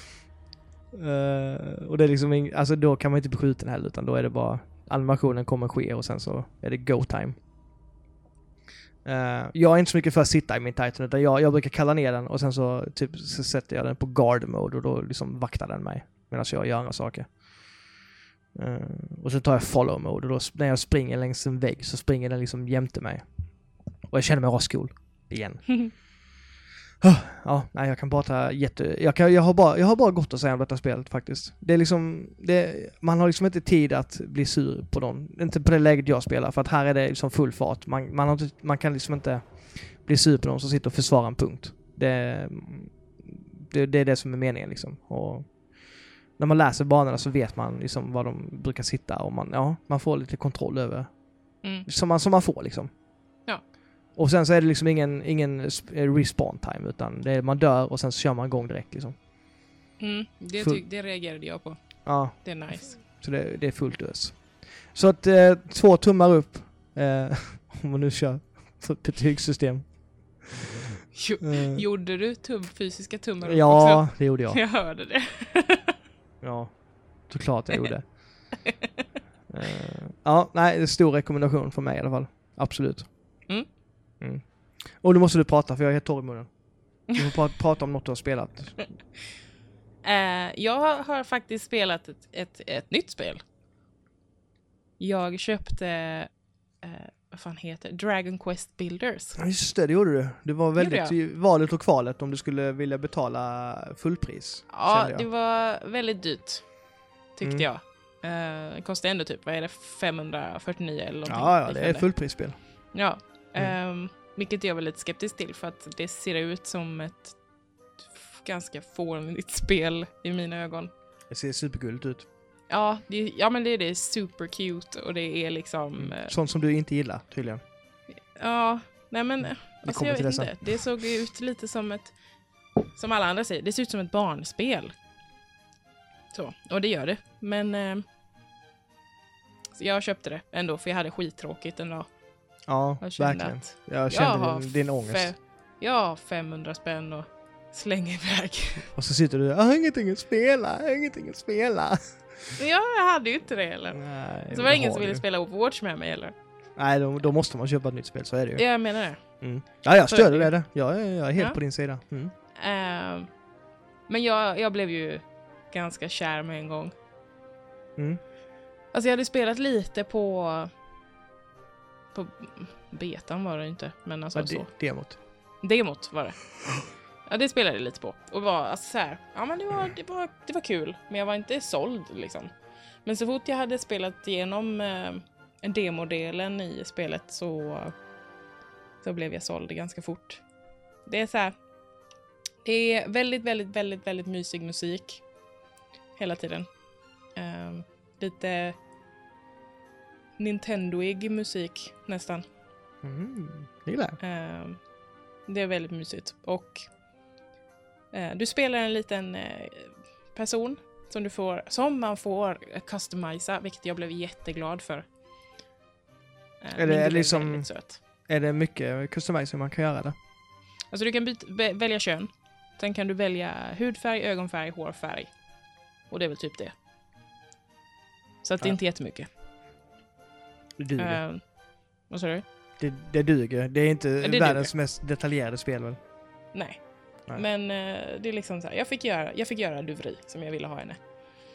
Uh, och det är liksom ing, alltså då kan man inte bli skjuten heller utan då är det bara animationen kommer ske och sen så är det go time. Uh, jag är inte så mycket för att sitta i min Titan utan jag, jag brukar kalla ner den och sen så, typ, så sätter jag den på guard mode och då liksom vaktar den mig medan jag gör andra saker. Uh, och så tar jag follow mode och då när jag springer längs en vägg så springer den liksom jämte mig. Och jag känner mig rascool igen. uh, ja, nej jag kan bara ta jätte... Jag, kan, jag, har bara, jag har bara gott att säga om detta spelet faktiskt. Det är liksom... Det, man har liksom inte tid att bli sur på dem. Inte på det läget jag spelar för att här är det liksom full fart. Man, man, har inte, man kan liksom inte bli sur på dem som sitter och försvarar en punkt. Det, det, det är det som är meningen liksom. Och när man läser banorna så vet man liksom var de brukar sitta och man, ja, man får lite kontroll över Mm. som, man, som man får liksom. Ja. Och sen så är det liksom ingen, ingen respawn time utan det är, man dör och sen så kör man igång direkt liksom. Mm. Det, Full- tyck, det reagerade jag på. Ja, Det är nice. så det, det är fullt ös. Så att eh, två tummar upp eh, om man nu kör för ett betygssystem. Jo, Eh, gjorde du tum, fysiska tummar upp ja, också? det gjorde jag. Jag hörde det. Ja, såklart jag gjorde. uh, ja, nej, det är stor rekommendation för mig i alla fall. Absolut. Mm. Mm. Och nu måste du prata för jag är helt torr i munnen. Du får prata, prata om något du har spelat. Uh, jag har faktiskt spelat ett, ett, ett nytt spel. Jag köpte, uh, vad fan heter det? Dragon Quest Builders. Ja, just det, det gjorde du. Det var väldigt Gjorde i valet och kvalet om du skulle vilja betala fullpris. Ja, kände jag. det var väldigt dyrt. Tyckte Mm. jag. Uh, det kostar ändå typ, vad är det, femhundrafyrtionio eller någonting. Ja, ja, det är liknande. fullprisspel. Ja, Mm. um, vilket jag var lite skeptisk till för att det ser ut som ett f- ganska fånigt spel i mina ögon. Det ser supergulligt ut. Ja, det, ja men det är det super cute och det är liksom... Mm. eh, Sånt som du inte gillar, tydligen. Ja, nej men... Alltså kommer jag till vet det inte. Det såg ju ut lite som ett... Som alla andra säger, det ser ut som ett barnspel. Så, och det gör det. Men... Eh, så jag köpte det ändå för jag hade skittråkigt en dag. Ja, Jag kände verkligen. att Jag kände har din, din ångest. fe- jag har femhundra spänn och slänger iväg. Och så sitter du där, jag har ingenting att spela, jag har ingenting att spela. Men ja, jag hade ju inte det heller. Nej, Så var det ingen har som ville du. spela Overwatch med mig heller. Nej, då, då måste man köpa ett nytt spel, så är det ju. Jag menar det. Mm. Ja, jag Så är stöder det det. ju. det. Jag, är, jag är helt Ja. på din sida. Mm. Ehm, men jag, jag blev ju ganska kär med en gång. Mm. Alltså jag hade spelat lite på... På betan var det inte, men alltså Ja, så. det, demot. Demot var det. Ja, det spelade jag lite på. Och var alltså så här, ja men det var, det var, det var kul. Men jag var inte såld liksom. Men så fort jag hade spelat igenom eh, en demodelen i spelet så, så blev jag såld ganska fort. Det är så här, det är väldigt, väldigt, väldigt, väldigt mysig musik. Hela tiden. Eh, lite Nintendo-ig musik nästan. Mm. Det gillar jag. Eh, det är väldigt mysigt. Och eh, du spelar en liten eh, person som du får, som man får customisa, vilket jag blev jätteglad för. Eh, Är det- min är det gubbe liksom- väldigt söt. Är det mycket customizing man kan göra det? Alltså du kan byta, be, välja kön. Sen kan du välja hudfärg, ögonfärg, hårfärg. Och det är väl typ det. Så att det är Ja. inte jättemycket. Det duger. Eh, vad sa du? det, det duger. Det är inte det duger. världens mest detaljerade spel väl? Nej. Nej. Men eh, det är liksom så här, jag fick göra, jag fick göra duveri som jag ville ha henne.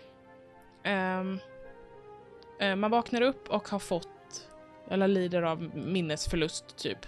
Ehm, eh, man vaknar upp och har fått, eller lider av minnesförlust typ.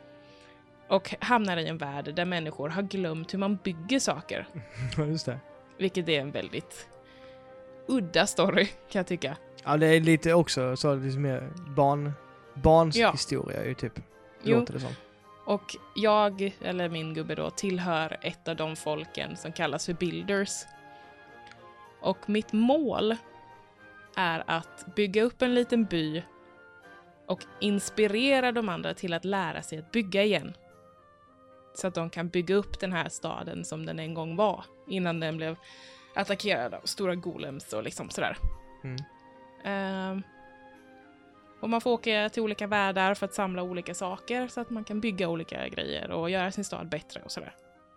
Och hamnar i en värld där människor har glömt hur man bygger saker. Ja, just det. Vilket är en väldigt udda story kan jag tycka. Ja, det är lite också så lite mer barn, barns Ja. historia ju typ. Jo. Låter det som. Och jag, eller min gubbe då, tillhör ett av de folken som kallas för builders. Och mitt mål är att bygga upp en liten by och inspirera de andra till att lära sig att bygga igen. Så att de kan bygga upp den här staden som den en gång var innan den blev attackerad av stora golems och liksom sådär. Mm. Uh, och man får åka till olika världar för att samla olika saker så att man kan bygga olika grejer och göra sin stad bättre och sådär.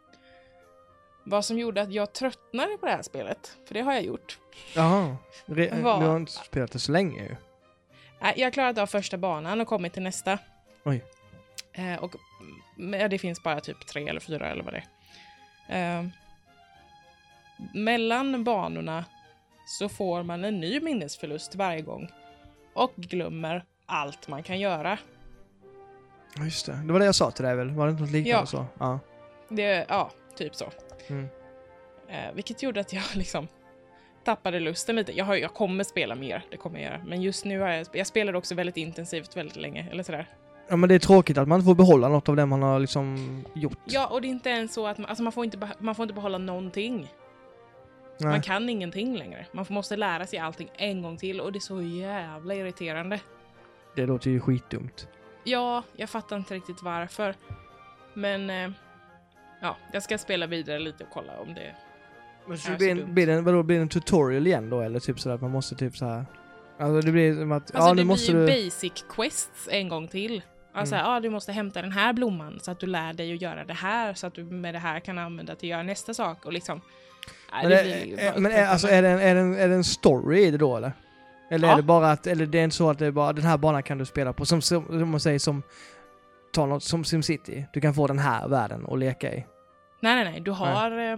Vad som gjorde att jag tröttnade på det här spelet, för det har jag gjort. Jaha, Re- var... du har inte spelat det så länge ju. Jag klarade av första banan och kommit till nästa. Oj. Uh, och ja, det finns bara typ tre eller fyra eller vad det är. Uh, mellan banorna så får man en ny minnesförlust varje gång. Och glömmer allt man kan göra. Just det, det var det jag sa till dig väl? Var det inte något liknande ja. så? Ja. Det, ja, typ så. Mm. Eh, vilket gjorde att jag liksom tappade lusten lite. Jag, har, jag kommer spela mer, det kommer jag göra. Men just nu har jag, jag spelar också väldigt intensivt väldigt länge, eller sådär. Ja, men det är tråkigt att man inte får behålla något av det man har liksom gjort. Ja, och det är inte ens så att man, alltså man, får, inte, man får inte behålla någonting. Nej. Man kan ingenting längre. Man måste lära sig allting en gång till och det är så jävla irriterande. Det låter ju skitdumt. Ja, jag fattar inte riktigt varför. Men eh, ja, jag ska spela vidare lite och kolla om det Men så blir, en, blir, det en, vadå, blir det en tutorial igen då? Eller typ sådär att man måste typ så här. Alltså det blir som att alltså ja, det nu måste blir du... basic quests en gång till. Alltså Mm. ja, du måste hämta den här blomman så att du lär dig att göra det här så att du med det här kan använda till att göra nästa sak och liksom. Nej, Men, det är, blir är, men är, alltså, är, det en, är, det en, är det en story i det då eller? Eller Ja. är det bara att, eller det är inte så att det är bara den här banan kan du spela på som, som, som man säger som ta något som SimCity. Du kan få den här världen och leka i. Nej, nej, nej. Du har eh,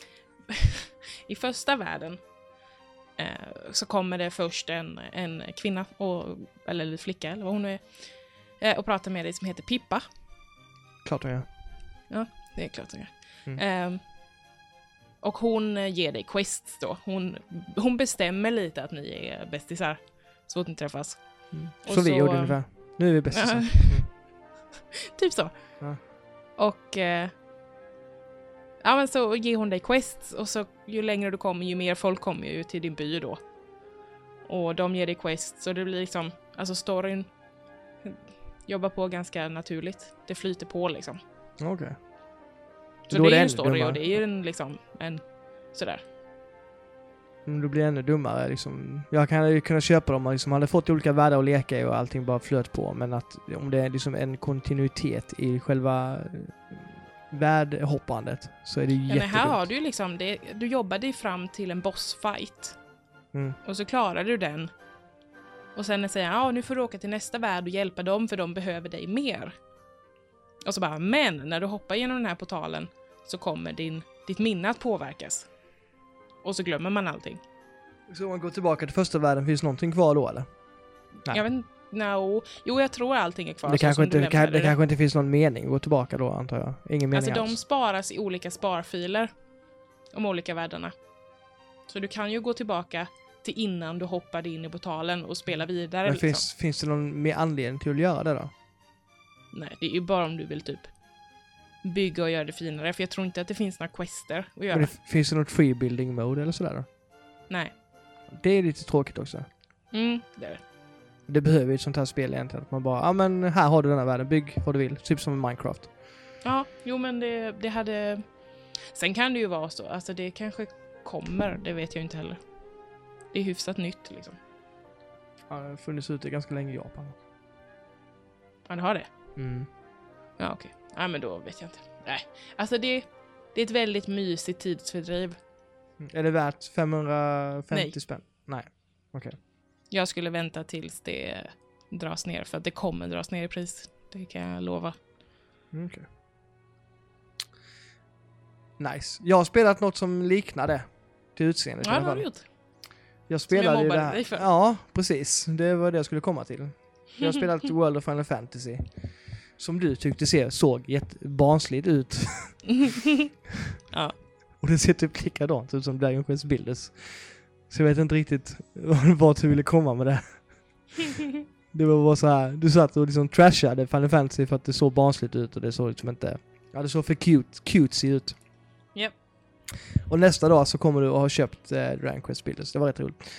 i första världen eh, så kommer det först en, en kvinna och, eller flicka eller vad hon är eh, och pratar med dig som heter Pippa. Klart hon gör. Ja, det är klart hon gör. Mm. Eh, och hon ger dig quests då. Hon, hon bestämmer lite att ni är bästisar så att ni träffas. Mm. Och Så vi så, gjorde ungefär. Nu är vi bästisar. Mm. Typ så. Ja. Och eh, ja, men så ger hon dig quests och så ju längre du kommer ju mer folk kommer ju till din by då. Och de ger dig quests så det blir liksom, alltså storyn jobbar på ganska naturligt. Det flyter på liksom. Okej. Okay. Så då det är ju en story dummare. Och det är ju en liksom en sådär. Men då blir det ännu dummare liksom. Jag kan ju kunna köpa dem och liksom hade fått olika världar att leka i och allting bara flöt på. Men att om det är liksom en kontinuitet i själva världhoppandet så är det ju jättedumt. Men här har du ju liksom, det, du jobbar dig fram till en bossfight. Mm. Och så klarar du den. Och sen säger han, ja nu får du åka till nästa värld och hjälpa dem för de behöver dig mer. Och så bara, men när du hoppar genom den här portalen så kommer din, ditt minne att påverkas. Och så glömmer man allting. Så om man går tillbaka till första världen, finns någonting kvar då eller? Nej. Jag vet inte, no. Jo jag tror allting är kvar. Det, kanske inte, det, kan, det det. kanske inte finns någon mening att gå tillbaka då antar jag. Ingen mening alltså alls. De sparas i olika sparfiler. Om olika världarna. Så du kan ju gå tillbaka till innan du hoppade in i portalen och spela vidare. Men liksom. finns, finns det någon mer anledning till att göra det då? Nej, det är ju bara om du vill typ bygga och göra det finare. För jag tror inte att det finns några quester att göra. Men det, finns det något free building mode eller sådär då? Nej. Det är lite tråkigt också. Mm, det är det. Det behöver ju ett sånt här spel egentligen. Att man bara, ja men här har du den här världen, bygg vad du vill. Typ som i Minecraft. Ja, jo men det, det hade... Sen kan det ju vara så. Alltså det kanske kommer, det vet jag inte heller. Det är hyfsat nytt liksom. Ja, det har funnits ute ganska länge i Japan. Ja, det har det? Mm. Ja, okej. Okay. Ja, men då vet jag inte. Nej, alltså det, det är ett väldigt mysigt tidsfördriv. Mm. Är det värt femhundrafemtio Nej. spänn? Nej, okej. Okay. Jag skulle vänta tills det dras ner, för att det kommer dras ner i pris. Det kan jag lova. Okej. Okay. Nice. Jag har spelat något som liknar det till utseendet. Ja, det har du gjort. Jag spelade jag ju det här. dig för. Ja, precis. Det var det jag skulle komma till. Jag har spelat World of Final Fantasy. Som du tyckte ser, såg jätte barnsligt ut. Ja. Och det ser typ likadant ut som Dragon Quest Builders. Så jag vet inte riktigt vart du ville komma med det. Det var bara så här, du satt och liksom trashade Final Fantasy för att det såg barnsligt ut och det såg liksom inte, ja det såg för cute, cutesy ut. Yep. Och nästa dag så kommer du att ha köpt eh, Dragon Quest Builders. Det var rätt roligt.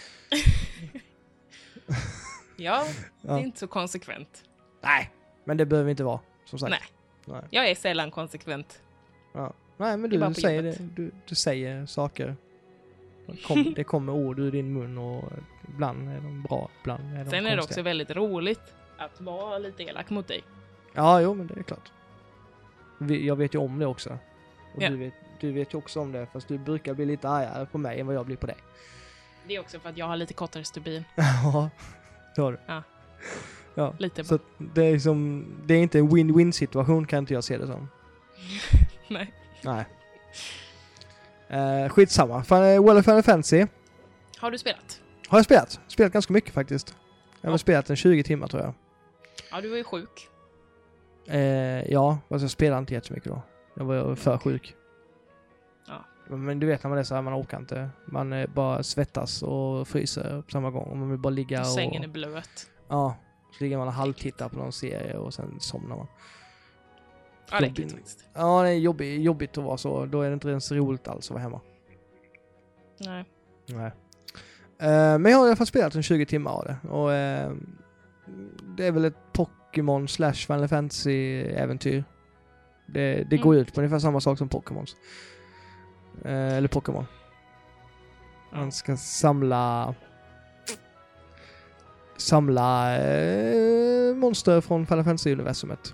Ja, det är Ja. inte så konsekvent. Nej, men det behöver inte vara, som sagt. Nej. Nej. Jag är sällan konsekvent. Ja. Nej, men Det är bara du på säger, det, jobbet. du, du säger saker. Det, kom, det kommer ord ur din mun och ibland är de bra, ibland är de Sen är det konstiga. också väldigt roligt att vara lite elak mot dig. Ja, jo, men det är klart. Vi, jag vet ju om det också. Och Ja. du, vet, du vet ju också om det, fast du brukar bli lite argare på mig än vad jag blir på dig. Det är också för att jag har lite kortare stubin. Ja, det har du. Ja. Ja. Lite Så bara. att det är som, det är inte en win-win situation, kan inte jag se det som. Nej. Nej. Uh, skitsamma. Fan, uh, World of Final Fantasy Har du spelat? har jag spelat. Spelat ganska mycket faktiskt. Jag har Ja. spelat en tjugo timmar tror jag. Ja, du var ju sjuk. Uh, ja, fast jag spelade inte jättemycket då. Jag var för sjuk. Ja. Men du vet när man är så här, man orkar inte. Man uh, bara svettas och fryser på samma gång. Och man vill bara ligga och... Sängen är blöt. Ja, så ligger man och halvtittar på någon serie och sen somnar man. Ja, det är Jobbigt. äckligt faktiskt. Ja, det är jobbigt, jobbigt att vara så. Då är det inte ens roligt alls att vara hemma. Nej. Nej. Uh, men jag har i alla fall spelat en tjugo timmar av det. Och uh, det är väl ett Pokémon slash Final Fantasy-äventyr. Det, det Mm. går ut på ungefär samma sak som Pokémons. Uh, eller Pokémon. Man ska samla samla uh, monster från Final Fantasy-universumet.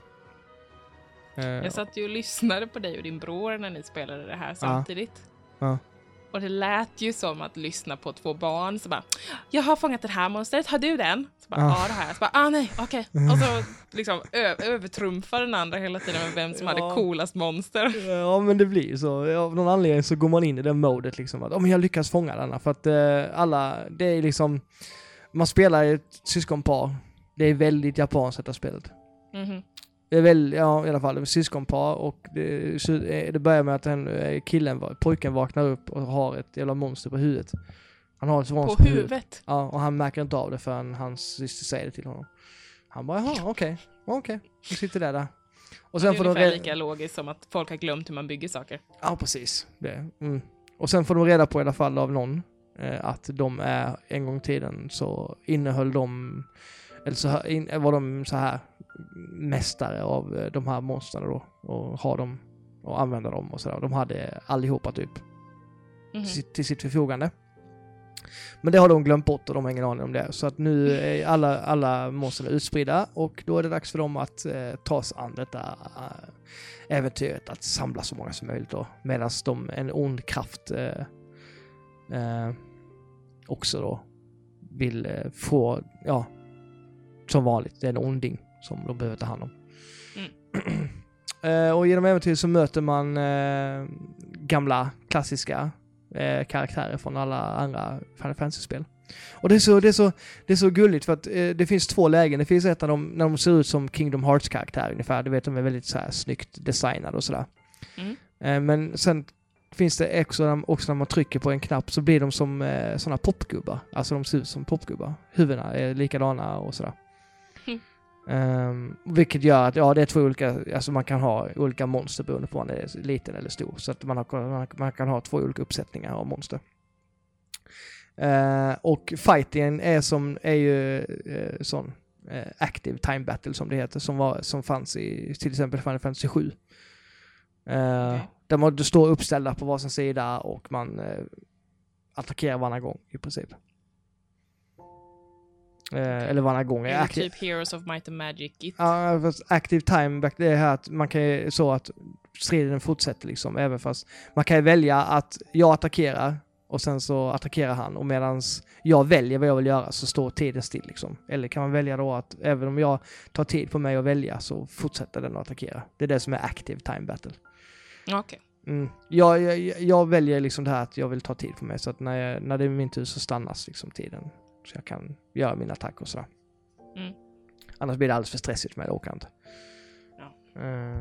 Uh, Jag satt ju och lyssnade på dig och din bror när ni spelade det här samtidigt. Ja. Och det lät ju som att lyssna på två barn. Så bara, jag har fångat det här monstret, har du den? Så bara, Ja. ja det här. Så bara, ah nej, okej. Och så liksom ö- övertrumfar den andra hela tiden med vem som Ja. hade coolast monster. Ja, men det blir så. Av någon anledning så går man in i det modet liksom att oh, men jag lyckas fånga denna. För att eh, alla, det är liksom, man spelar i ett syskonpar. Det är väldigt japanskt detta spelet. Mhm. Det är väl, ja i alla fall, det är syskonpar och det, så, eh, det börjar med att den eh, killen, pojken vaknar upp och har ett jävla monster på huvudet. Han har ett På monster på huvudet. huvudet. Ja, och han märker inte av det förrän hans syster säger det till honom. Han bara, jaha, okej, okej, nu sitter det där. Och Det är sen får de ungefär re- lika logiskt som att folk har glömt hur man bygger saker. Ja, precis. Det. Mm. Och sen får de reda på i alla fall av någon eh, att de är, en gång i tiden så innehöll de, eller så här, in, var de så här mästare av eh, de här monstren då och har dem och använder dem och sådär. De hade allihopa typ Mhm. till, sitt, till sitt förfogande. Men det har de glömt bort och de har ingen aning om det. Så att nu är alla, alla monster utspridda och då är det dags för dem att eh, ta sig an detta eh, äventyret, att samla så många som möjligt då. Medan de, en ond kraft eh, eh, också då vill eh, få, ja, som vanligt, det är en onding som de behöver ta hand om. Mm. eh, och genom äventyret så möter man eh, gamla klassiska eh, karaktärer från alla andra Final Fantasy-spel. Och det är så, det är så, det är så gulligt för att eh, det finns två lägen. Det finns ett av dem när de ser ut som Kingdom Hearts-karaktär ungefär. Du vet, de är väldigt så här snyggt designade och sådär. Mm. Eh, men sen finns det också, också när man trycker på en knapp så blir de som eh, sådana popgubbar. Alltså de ser ut som popgubbar. Huvudena är likadana och sådär. Mm. Um, vilket gör att ja, det är två olika, alltså man kan ha olika monster beroende på om det är liten eller stor. Så att man, har, man kan ha två olika uppsättningar av monster. Uh, och fighting är som är ju uh, sån uh, active time battle som det heter, som, var, som fanns i till exempel Final Fantasy sju. Uh, Okay. Där man står uppställda på varsin sida och man uh, attackerar varannan gång i princip. Uh, eller varannan gång. Är det Active, typ Heroes of Might and Magic? It? ja, fast active time back, det är här att man kan ju så att striden fortsätter liksom, även fast man kan ju välja att jag attackerar och sen så attackerar han och medans jag väljer vad jag vill göra så står tiden still liksom. Eller kan man välja då att även om jag tar tid på mig att välja så fortsätter den att attackera. Det är det som är active time battle. Okej. Okay. Mm. Jag, jag, jag väljer liksom det här att jag vill ta tid på mig så att när, jag, när det är min tur så stannas liksom tiden så jag kan göra min attack och sådär. Mm. Annars blir det alldeles för stressigt för mig, det åker inte. Ja. Uh,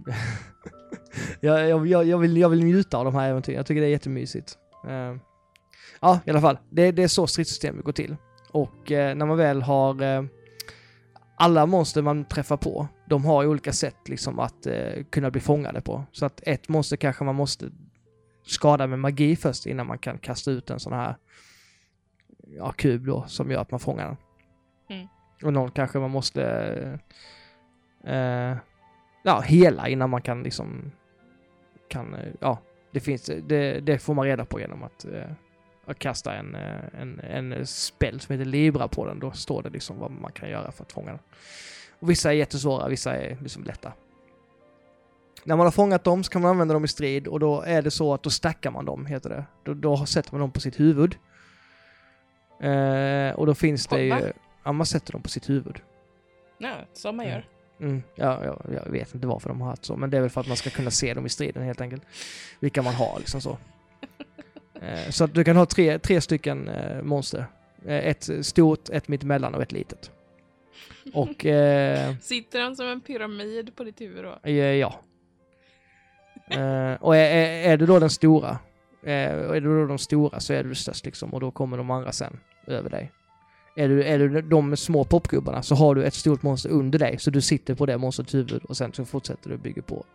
jag, jag, jag, vill, jag vill njuta av de här äventyren. Jag tycker det är jättemysigt. Uh, ja, i alla fall. Det, det är så stridssystemet går till. Och uh, när man väl har uh, alla monster man träffar på, de har olika sätt liksom att uh, kunna bli fångade på. Så att ett monster kanske man måste skada med magi först innan man kan kasta ut en sån här ja, kub då som gör att man fångar den. Mm. Och någon kanske man måste eh, ja, hela innan man kan liksom kan, ja, det finns, det, det får man reda på genom att, eh, att kasta en, en, en spel som heter Libra på den. Då står det liksom vad man kan göra för att fånga den. Och vissa är jättesvåra, vissa är liksom lätta. När man har fångat dem så kan man använda dem i strid och då är det så att då stackar man dem, heter det. Då, då sätter man dem på sitt huvud. Eh, och då finns det ju, ja, man sätter dem på sitt huvud. Ja, som man gör. Mm. Mm, ja, ja, jag vet inte varför de har haft så, men det är väl för att man ska kunna se dem i striden helt enkelt. Vilka man har, liksom så. eh, så att du kan ha tre, tre stycken eh, monster. Eh, ett stort, ett mittemellan och ett litet. Och... Eh, sitter de som en pyramid på ditt huvud då? Eh, ja. eh, och är, är, är du då den stora, eh, är du då de stora så är du störst liksom, och då kommer de andra sen över dig. Är du, är du de små popgubbarna så har du ett stort monster under dig, så du sitter på det monsters huvud och sen så fortsätter du bygga på.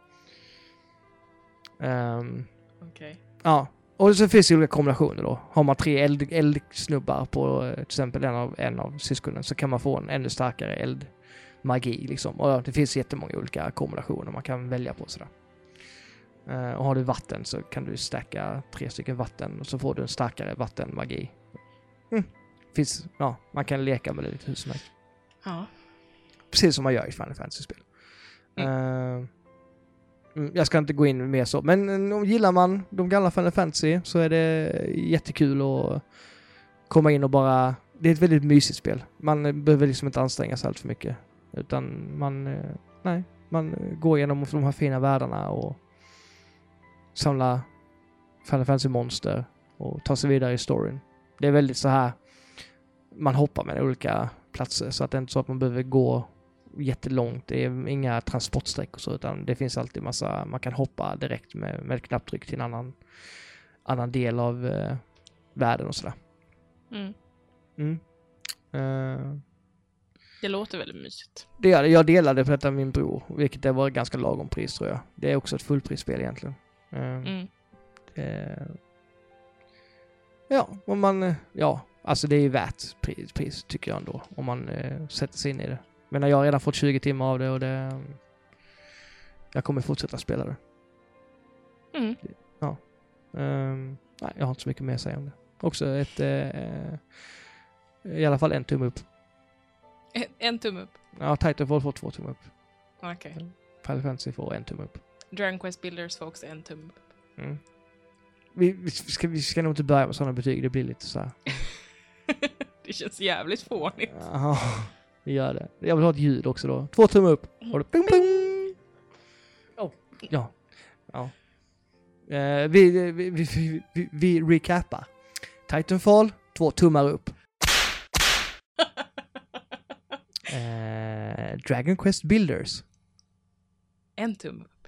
Um, Okej. Okay. Ja, och så finns det olika kombinationer då. Har man tre eld, eldsnubbar på till exempel en av, en av syskonen så kan man få en ännu starkare eldmagi liksom. Och ja, det finns jättemånga olika kombinationer man kan välja på sådär. Uh, och har du vatten så kan du stacka tre stycken vatten och så får du en starkare vattenmagi. Mm. Finns, ja, man kan leka med det lite hur som helst. Ja. Precis som man gör i Final Fantasy-spel. Mm. Uh, jag ska inte gå in mer så. Men om gillar man de gamla Final Fantasy så är det jättekul att komma in och bara... Det är ett väldigt mysigt spel. Man behöver liksom inte anstränga sig allt för mycket. Utan man... Nej, man går igenom de här fina världarna och samlar Final Fantasy-monster och tar sig vidare i storyn. Det är väldigt så här... Man hoppar med olika platser så att det är inte så att man behöver gå jättelångt. Det är inga transportsträckor så, utan det finns alltid massa, man kan hoppa direkt med, med ett knapptryck till en annan, annan del av eh, världen och sådär. Mm. Mm. Uh, det låter väldigt mysigt. Det, jag delade på detta med min bror, vilket det var ganska lagom pris tror jag. Det är också ett fullprisspel egentligen. Uh, mm. det, ja, om man, ja, alltså det är ju värt pris, pris tycker jag ändå, om man uh, sätter sig in i det. Men jag har redan fått tjugo timmar av det och det... Jag kommer fortsätta spela det. Mm. Ja. Um, nej, jag har inte så mycket mer att säga om det. Också ett... Uh, I alla fall en tumme upp. En, en tumme upp? Ja, Titanfall får två tumme upp. Okej. Okay. Final Fantasy får en tumme upp. Dragon Quest Builders får också en tumme upp. Mm. Vi, vi, ska, vi ska nog inte börja med sådana betyg. Det blir lite så här. Det känns jävligt fånigt. Jaha. Vi gör det. Jag vill ha ett ljud också då. Två tummar upp. Och det ping, ping. Oh. Ja. Ja. Uh, vi, vi, vi, vi, vi recapar. Titanfall, två tummar upp. uh, Dragon Quest Builders. En tumme upp.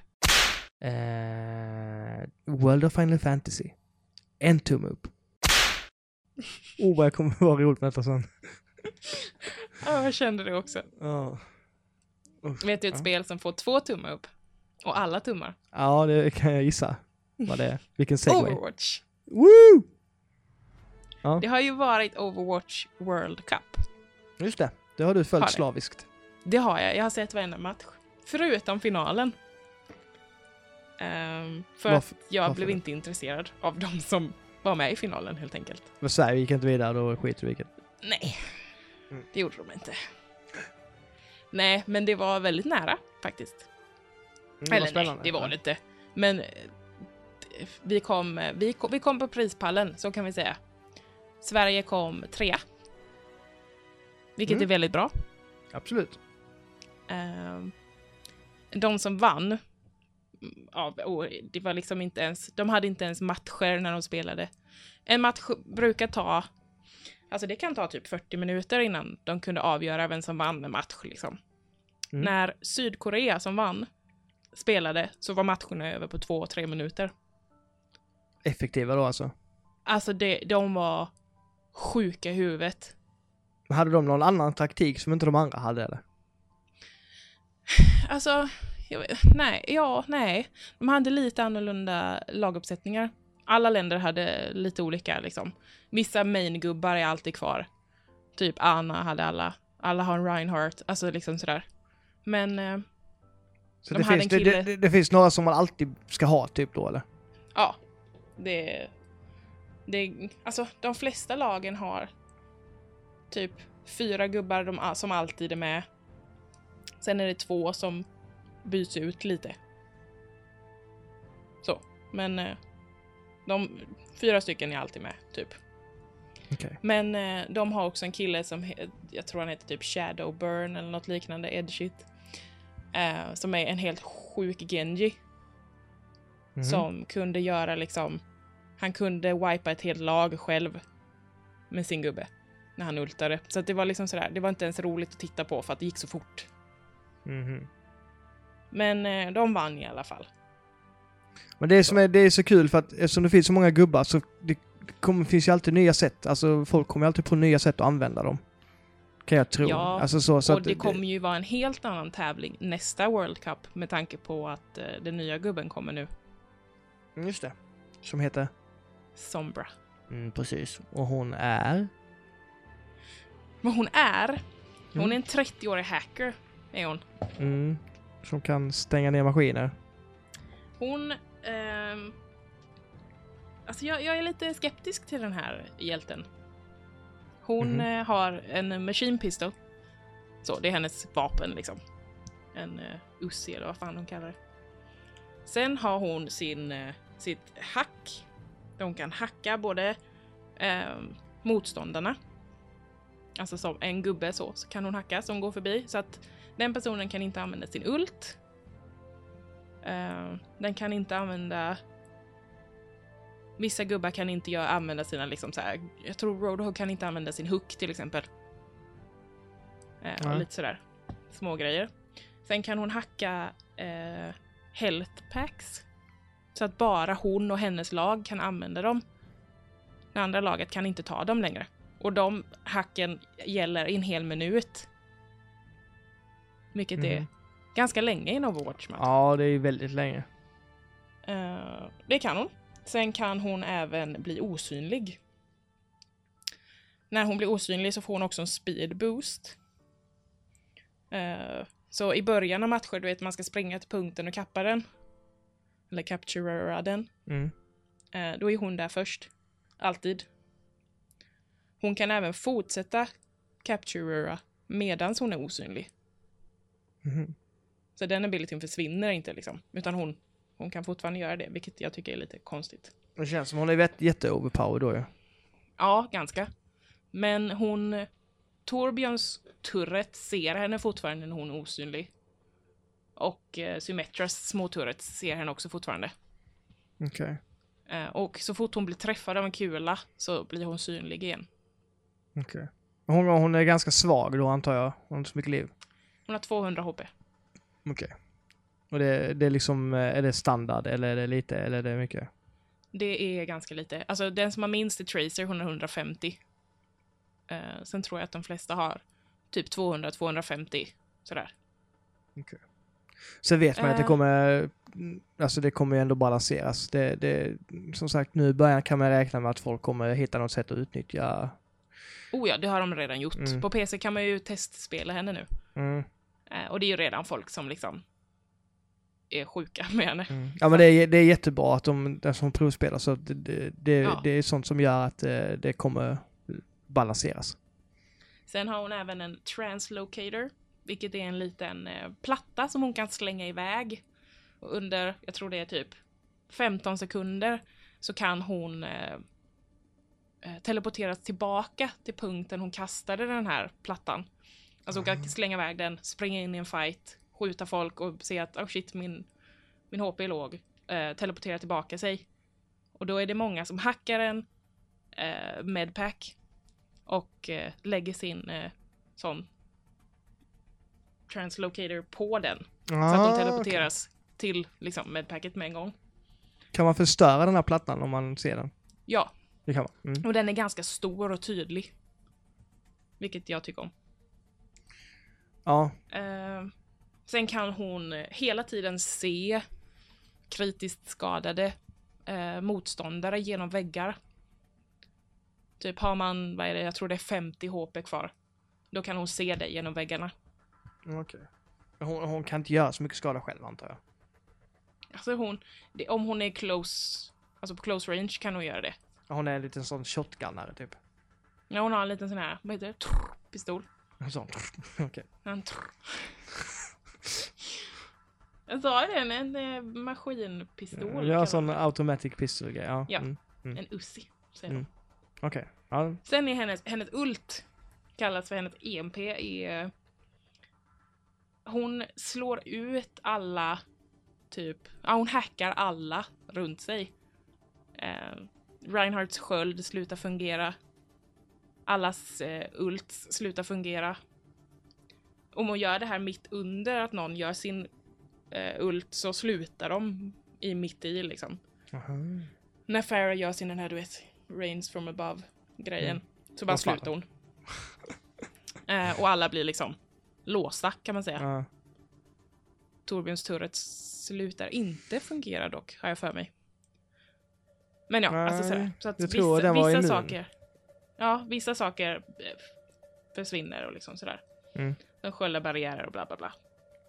Uh, World of Final Fantasy. En tumme upp. Oh, vad jag kommer vara roligt med detta sen. Ja, jag kände det också. Oh. Usch. Vet du ett ja. spel som får två tummar upp? Och alla tummar? Ja, det kan jag gissa. Vad det är. Vilken segway. Overwatch. Woo! Ja. Det har ju varit Overwatch World Cup. Just det. Det har du följt har slaviskt. Det har jag. Jag har sett varenda match. Förutom finalen. Um, för Varför? att jag Varför blev det? inte intresserad av de som var med i finalen helt enkelt. Men Sverige gick inte vidare, då skiter du vilket. Nej, mm. det gjorde de inte. Nej, men det var väldigt nära faktiskt. Mm, Eller nej, det var det inte. Men vi kom, vi, kom, vi kom på prispallen, så kan vi säga. Sverige kom trea. Vilket mm. är väldigt bra. Absolut. Uh, de som vann, ja, oh, det var liksom inte ens, de hade inte ens matcher när de spelade. En match brukar ta, alltså det kan ta typ fyrtio minuter innan de kunde avgöra vem som vann en match liksom. Mm. När Sydkorea som vann spelade så var matcherna över på två, tre minuter. Effektiva då alltså? Alltså det, de var sjuka i huvudet. Hade de någon annan taktik som inte de andra hade eller? Alltså, jag vet, nej, ja, nej. De hade lite annorlunda laguppsättningar. alla länder hade lite olika liksom. Vissa main-gubbar är alltid kvar. Typ Anna hade alla. Alla har en Reinhardt. Alltså liksom sådär. Men eh, Så de det hade finns, en kille... det, det, det finns några som man alltid ska ha typ då, eller? Ja. Det, det... Alltså, de flesta lagen har typ fyra gubbar de, som alltid är med. Sen är det två som byts ut lite. Så. Men eh, de fyra stycken är alltid med, typ. Okay. Men eh, de har också en kille som, he- jag tror han heter typ Shadowburn eller något liknande, Edgeshit. Eh, som är en helt sjuk Genji. Mm-hmm. Som kunde göra liksom, han kunde wipa ett helt lag själv med sin gubbe när han ultade. Så att det var liksom sådär, det var inte ens roligt att titta på för att det gick så fort. Mm-hmm. Men eh, de vann i alla fall. Men det är, som är, det är så kul för att eftersom det finns så många gubbar så det kommer, finns ju alltid nya sätt. Alltså folk kommer alltid på nya sätt att använda dem. Kan jag tro. Ja, alltså, så, så och att det kommer ju vara en helt annan tävling nästa World Cup med tanke på att eh, den nya gubben kommer nu. Just det. Som heter? Sombra. Mm, precis. Och hon är? Men hon är, hon Mm. är en trettioårig hacker, är hon. Mm. Som kan stänga ner maskiner. Hon, ehm, alltså jag, jag är lite skeptisk till den här hjälten. Hon Mhm. eh, har en machine pistol. Så, det är hennes vapen liksom. En uh, Uzi eller vad fan hon kallar det. Sen har hon sin, uh, sitt hack. Där hon kan hacka både uh, motståndarna. Alltså som en gubbe så, så kan hon hacka som går förbi. Så att den personen kan inte använda sin ult. Uh, den kan inte använda... Vissa gubbar kan inte göra, använda sina liksom så här. Jag tror Roadhog kan inte använda sin hook till exempel. Uh, och lite sådär små grejer. Sen kan hon hacka uh, health packs. Så att bara hon och hennes lag kan använda dem. Det andra laget kan inte ta dem längre. Och de hacken gäller i en hel minut. Vilket mm. är ganska länge i en Overwatch-match. Ja, det är väldigt länge. Uh, det kan hon. Sen kan hon även bli osynlig. När hon blir osynlig så får hon också en speed boost. Uh, så i början av matcher, du vet, man ska springa till punkten och kappa den. Eller captura den. Mm. Uh, då är hon där först. Alltid. Hon kan även fortsätta captura medan hon är osynlig. Mm. Så den abilityn försvinner inte liksom. Utan hon, hon kan fortfarande göra det. Vilket jag tycker är lite konstigt. Det känns som hon är jätte-overpowered då, ja. Ja, ganska. Men hon... Torbjörns turret ser henne fortfarande när hon är osynlig. Och eh, Symmetras små turret ser henne också fortfarande. Okej. Okay. Eh, och så fort hon blir träffad av en kula så blir hon synlig igen. Okej. Okay. Hon, hon är ganska svag då, antar jag. Hon har inte så mycket liv. Hon har tvåhundra H P. Okej. Okay. Och det, det är liksom, är det standard eller är det lite eller är det mycket? Det är ganska lite. Alltså den som har minst är Tracer, hon har hundrafemtio. Uh, sen tror jag att de flesta har typ tvåhundra till tvåhundrafemtio. Sådär. Okej. Okay. Sen vet man uh. att det kommer, alltså det kommer ju ändå balanseras. Det, det, som sagt, nu i början kan man räkna med att folk kommer hitta något sätt att utnyttja. Oh ja, det har de redan gjort. Mm. På P C kan man ju testspela henne nu. Mm. Uh, och det är ju redan folk som liksom är sjuka med henne. Mm. Ja, men det är, det är jättebra att de, de som provspelar, så det, det, det, ja. det är sånt som gör att det, det kommer balanseras. Sen har hon även en translocator, vilket är en liten eh, platta som hon kan slänga iväg. Och under, jag tror det är typ femton sekunder, så kan hon eh, teleporteras tillbaka till punkten hon kastade den här plattan. Alltså hon kan slänga iväg den, springa in i en fight, skjuta folk och se att oh shit, min, min H P är låg. Eh, teleportera tillbaka sig. Och då är det många som hackar en eh, medpack och eh, lägger sin eh, sån translocator på den. Ah, så att de teleporteras okay. till liksom medpacket med en gång. Kan man förstöra den här plattan om man ser den? Ja. Det kan man. Mm. Och den är ganska stor och tydlig. Vilket jag tycker om. Ja. Eh, sen kan hon hela tiden se kritiskt skadade eh, motståndare genom väggar. Typ har man, vad är det, jag tror det är femtio H P kvar. Då kan hon se dig genom väggarna. Okej. Okay. Hon, hon kan inte göra så mycket skada själv, antar jag. Alltså hon, det, om hon är close, alltså på close range kan hon göra det. Hon är en liten sån shotgunnare typ. Ja, hon har en liten sån här, vad heter det? Pistol. En sån. Okej. Okay. Jag sa det, en, en, en maskinpistol. Ja, sån automatic pistol grej. Ja, ja. Mm. Mm. En Uzi, säger mm. Okej. Okay. Ja. Sen är hennes, hennes ult, kallas för hennes E M P, är... Hon slår ut alla, typ... Ja, hon hackar alla runt sig. Eh, Reinhardts sköld slutar fungera. Allas eh, ults slutar fungera. Om hon gör det här mitt under att någon gör sin eh, ult så slutar de i mitt i liksom. Uh-huh. När Farah gör sin den här, du vet, Rains from above grejen, mm. så bara slutar hon. eh, och alla blir liksom låsta, kan man säga. Uh. Torbjörns turret slutar inte fungera dock, har jag för mig. Men ja, Nej, alltså sådär. Så att jag vissa, vissa saker... Ja, vissa saker försvinner och liksom sådär. Mm. De sköldar barriärer och bla bla bla.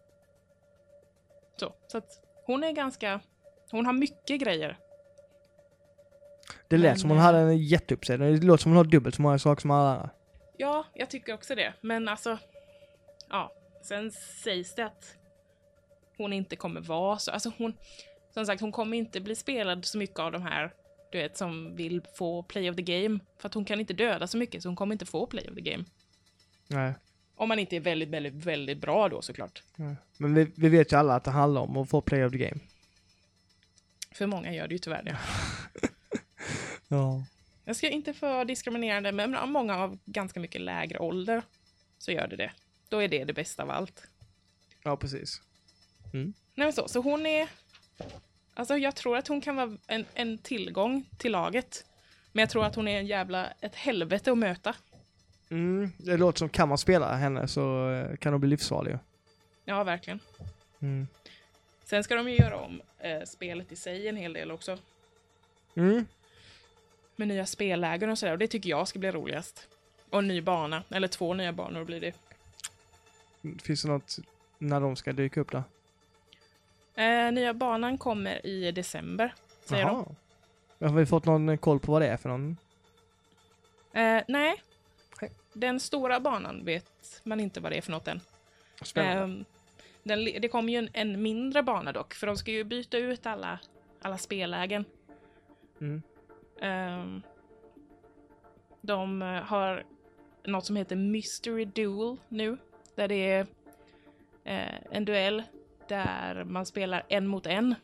Så, så att hon är ganska... Hon har mycket grejer. Det lät men, som hon hade en jätteuppsättning. Det låter som hon har dubbelt så många saker som alla andra. Ja, jag tycker också det. Men alltså... Ja, sen sägs det att hon inte kommer vara så... Alltså hon... Som sagt, hon kommer inte bli spelad så mycket av de här... Du vet, som vill få play of the game. För att hon kan inte döda så mycket, så hon kommer inte få play of the game. Nej. Om man inte är väldigt, väldigt, väldigt bra då, såklart. Nej. Men vi, vi vet ju alla att det handlar om att få play of the game. För många gör det ju tyvärr det. Ja. Jag ska inte få diskriminerande, men många av ganska mycket lägre ålder så gör det det. Då är det det bästa av allt. Ja, precis. Mm. Nej, men så. Så hon är... Alltså jag tror att hon kan vara en, en tillgång till laget. Men jag tror att hon är en jävla ett helvete att möta. Mm, det låter som kan man spela henne så kan hon bli livsfarlig. Ja, verkligen. Mm. Sen ska de ju göra om eh, spelet i sig en hel del också. Mm. Med nya spellägen och sådär. Och det tycker jag ska bli roligast. Och en ny bana. Eller två nya banor blir det. Finns det något när de ska dyka upp där? Eh, nya banan kommer i december, säger Aha. de. Har vi fått någon koll på vad det är för någon? Eh, nej. Den stora banan vet man inte vad det är för något än. Spännande. Eh, den, det kommer ju en, en mindre bana dock, för de ska ju byta ut alla, alla spellägen. Mm. Eh, de har något som heter Mystery Duel nu, där det är eh, en duell där man spelar en mot en.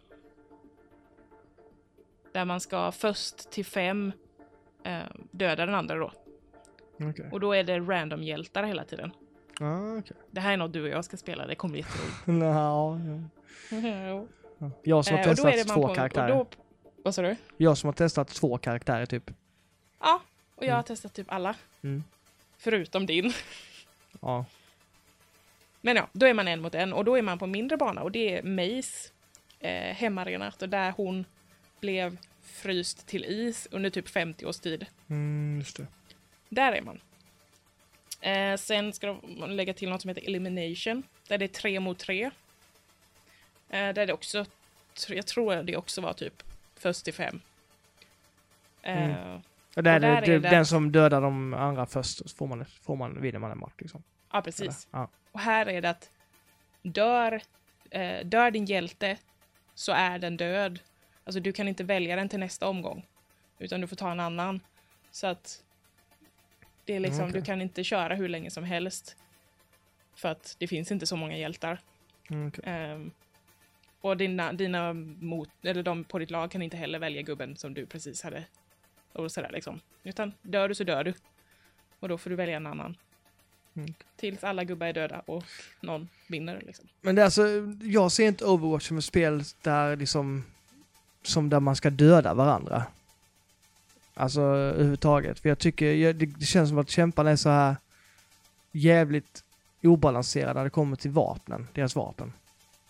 Där man ska först till fem eh, döda den andra då. Okay. Och då är det random hjältar hela tiden. Ah, okay. Det här är något du och jag ska spela, det kommer jätteroligt. no, ja. Jag som har eh, testat två på, karaktärer. Då, vad sa du? Jag som har testat två karaktärer typ. Ja, och jag mm. har testat typ alla. Mm. Förutom din. Ja. Men ja, då är man en mot en. Och då är man på mindre bana. Och det är Mays eh, hemmarenat. Och där hon blev fryst till is under typ femtio års tid. Mm, just det. Där är man. Eh, sen ska de lägga till något som heter Elimination. Där det är tre mot tre. Eh, där det också, jag tror det också var typ först till fem. Eh, mm. Och där, och där det, är det, den som dödar de andra först, så får man, får man, vinner man en match liksom. Ja, precis. Ja. Och här är det att dör, eh, dör din hjälte så är den död. Alltså du kan inte välja den till nästa omgång. Utan du får ta en annan. Så att det är liksom, okay. Du kan inte köra hur länge som helst. För att det finns inte så många hjältar. Okay. Um, och dina, dina mot, eller de på ditt lag kan inte heller välja gubben som du precis hade. Och sådär liksom. Utan dör du så dör du. Och då får du välja en annan. Mm. Tills alla gubbar är döda och någon vinner liksom. Men det är alltså, jag ser inte Overwatch som ett spel där liksom, som där man ska döda varandra. Alltså överhuvudtaget. För jag tycker, jag, det, det känns som att kämparna är så här jävligt obalanserade när det kommer till vapnen, deras vapen.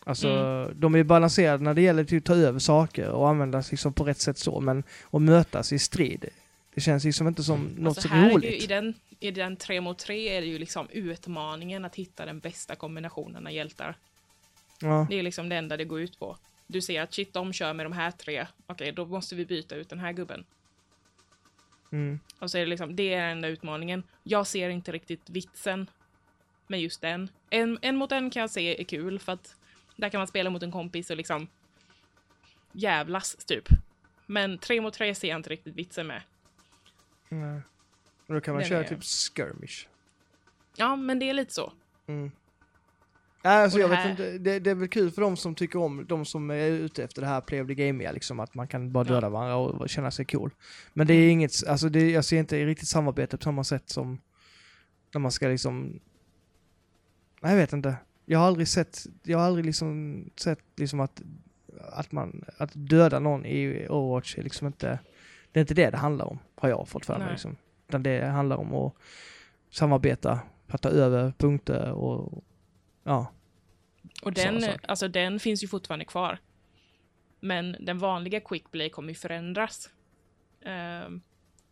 Alltså, Mm. de är balanserade när det gäller att ta över saker och användas liksom på rätt sätt så, men att mötas i strid, det känns liksom inte som något Alltså som här är är det ju, roligt. i, den, I den tre mot tre är det ju liksom utmaningen att hitta den bästa kombinationen av hjältar. Ja. Det är liksom det enda det går ut på. Du ser att shit, de kör med de här tre. Okej, då måste vi byta ut den här gubben. Mm. Och så är det liksom, det är den enda utmaningen. Jag ser inte riktigt vitsen med just den. En, en mot en kan jag se är kul, för att där kan man spela mot en kompis och liksom jävlas typ. Men tre mot tre ser jag inte riktigt vitsen med. Nej. Och då kan man Den köra är- typ skirmish. Ja, men det är lite så. Mm. Nej, alltså Och jag det vet här- inte, det, det är väl kul för de som tycker om, de som är ute efter det här play of the game, liksom att man kan bara döda Ja. varandra och känna sig cool. Men det är inget, alltså det, jag ser inte riktigt samarbete på samma sätt som när man ska liksom, nej, jag vet inte. Jag har aldrig sett, jag har aldrig liksom sett liksom att, att man, att döda någon i Overwatch är liksom inte, det är inte det det handlar om, har jag fått för mig Nej. liksom. Utan det handlar om att samarbeta, prata över punkter och ja. Och Sådana den, saker. alltså, den finns ju fortfarande kvar. Men den vanliga quick play kommer ju förändras. Ehm,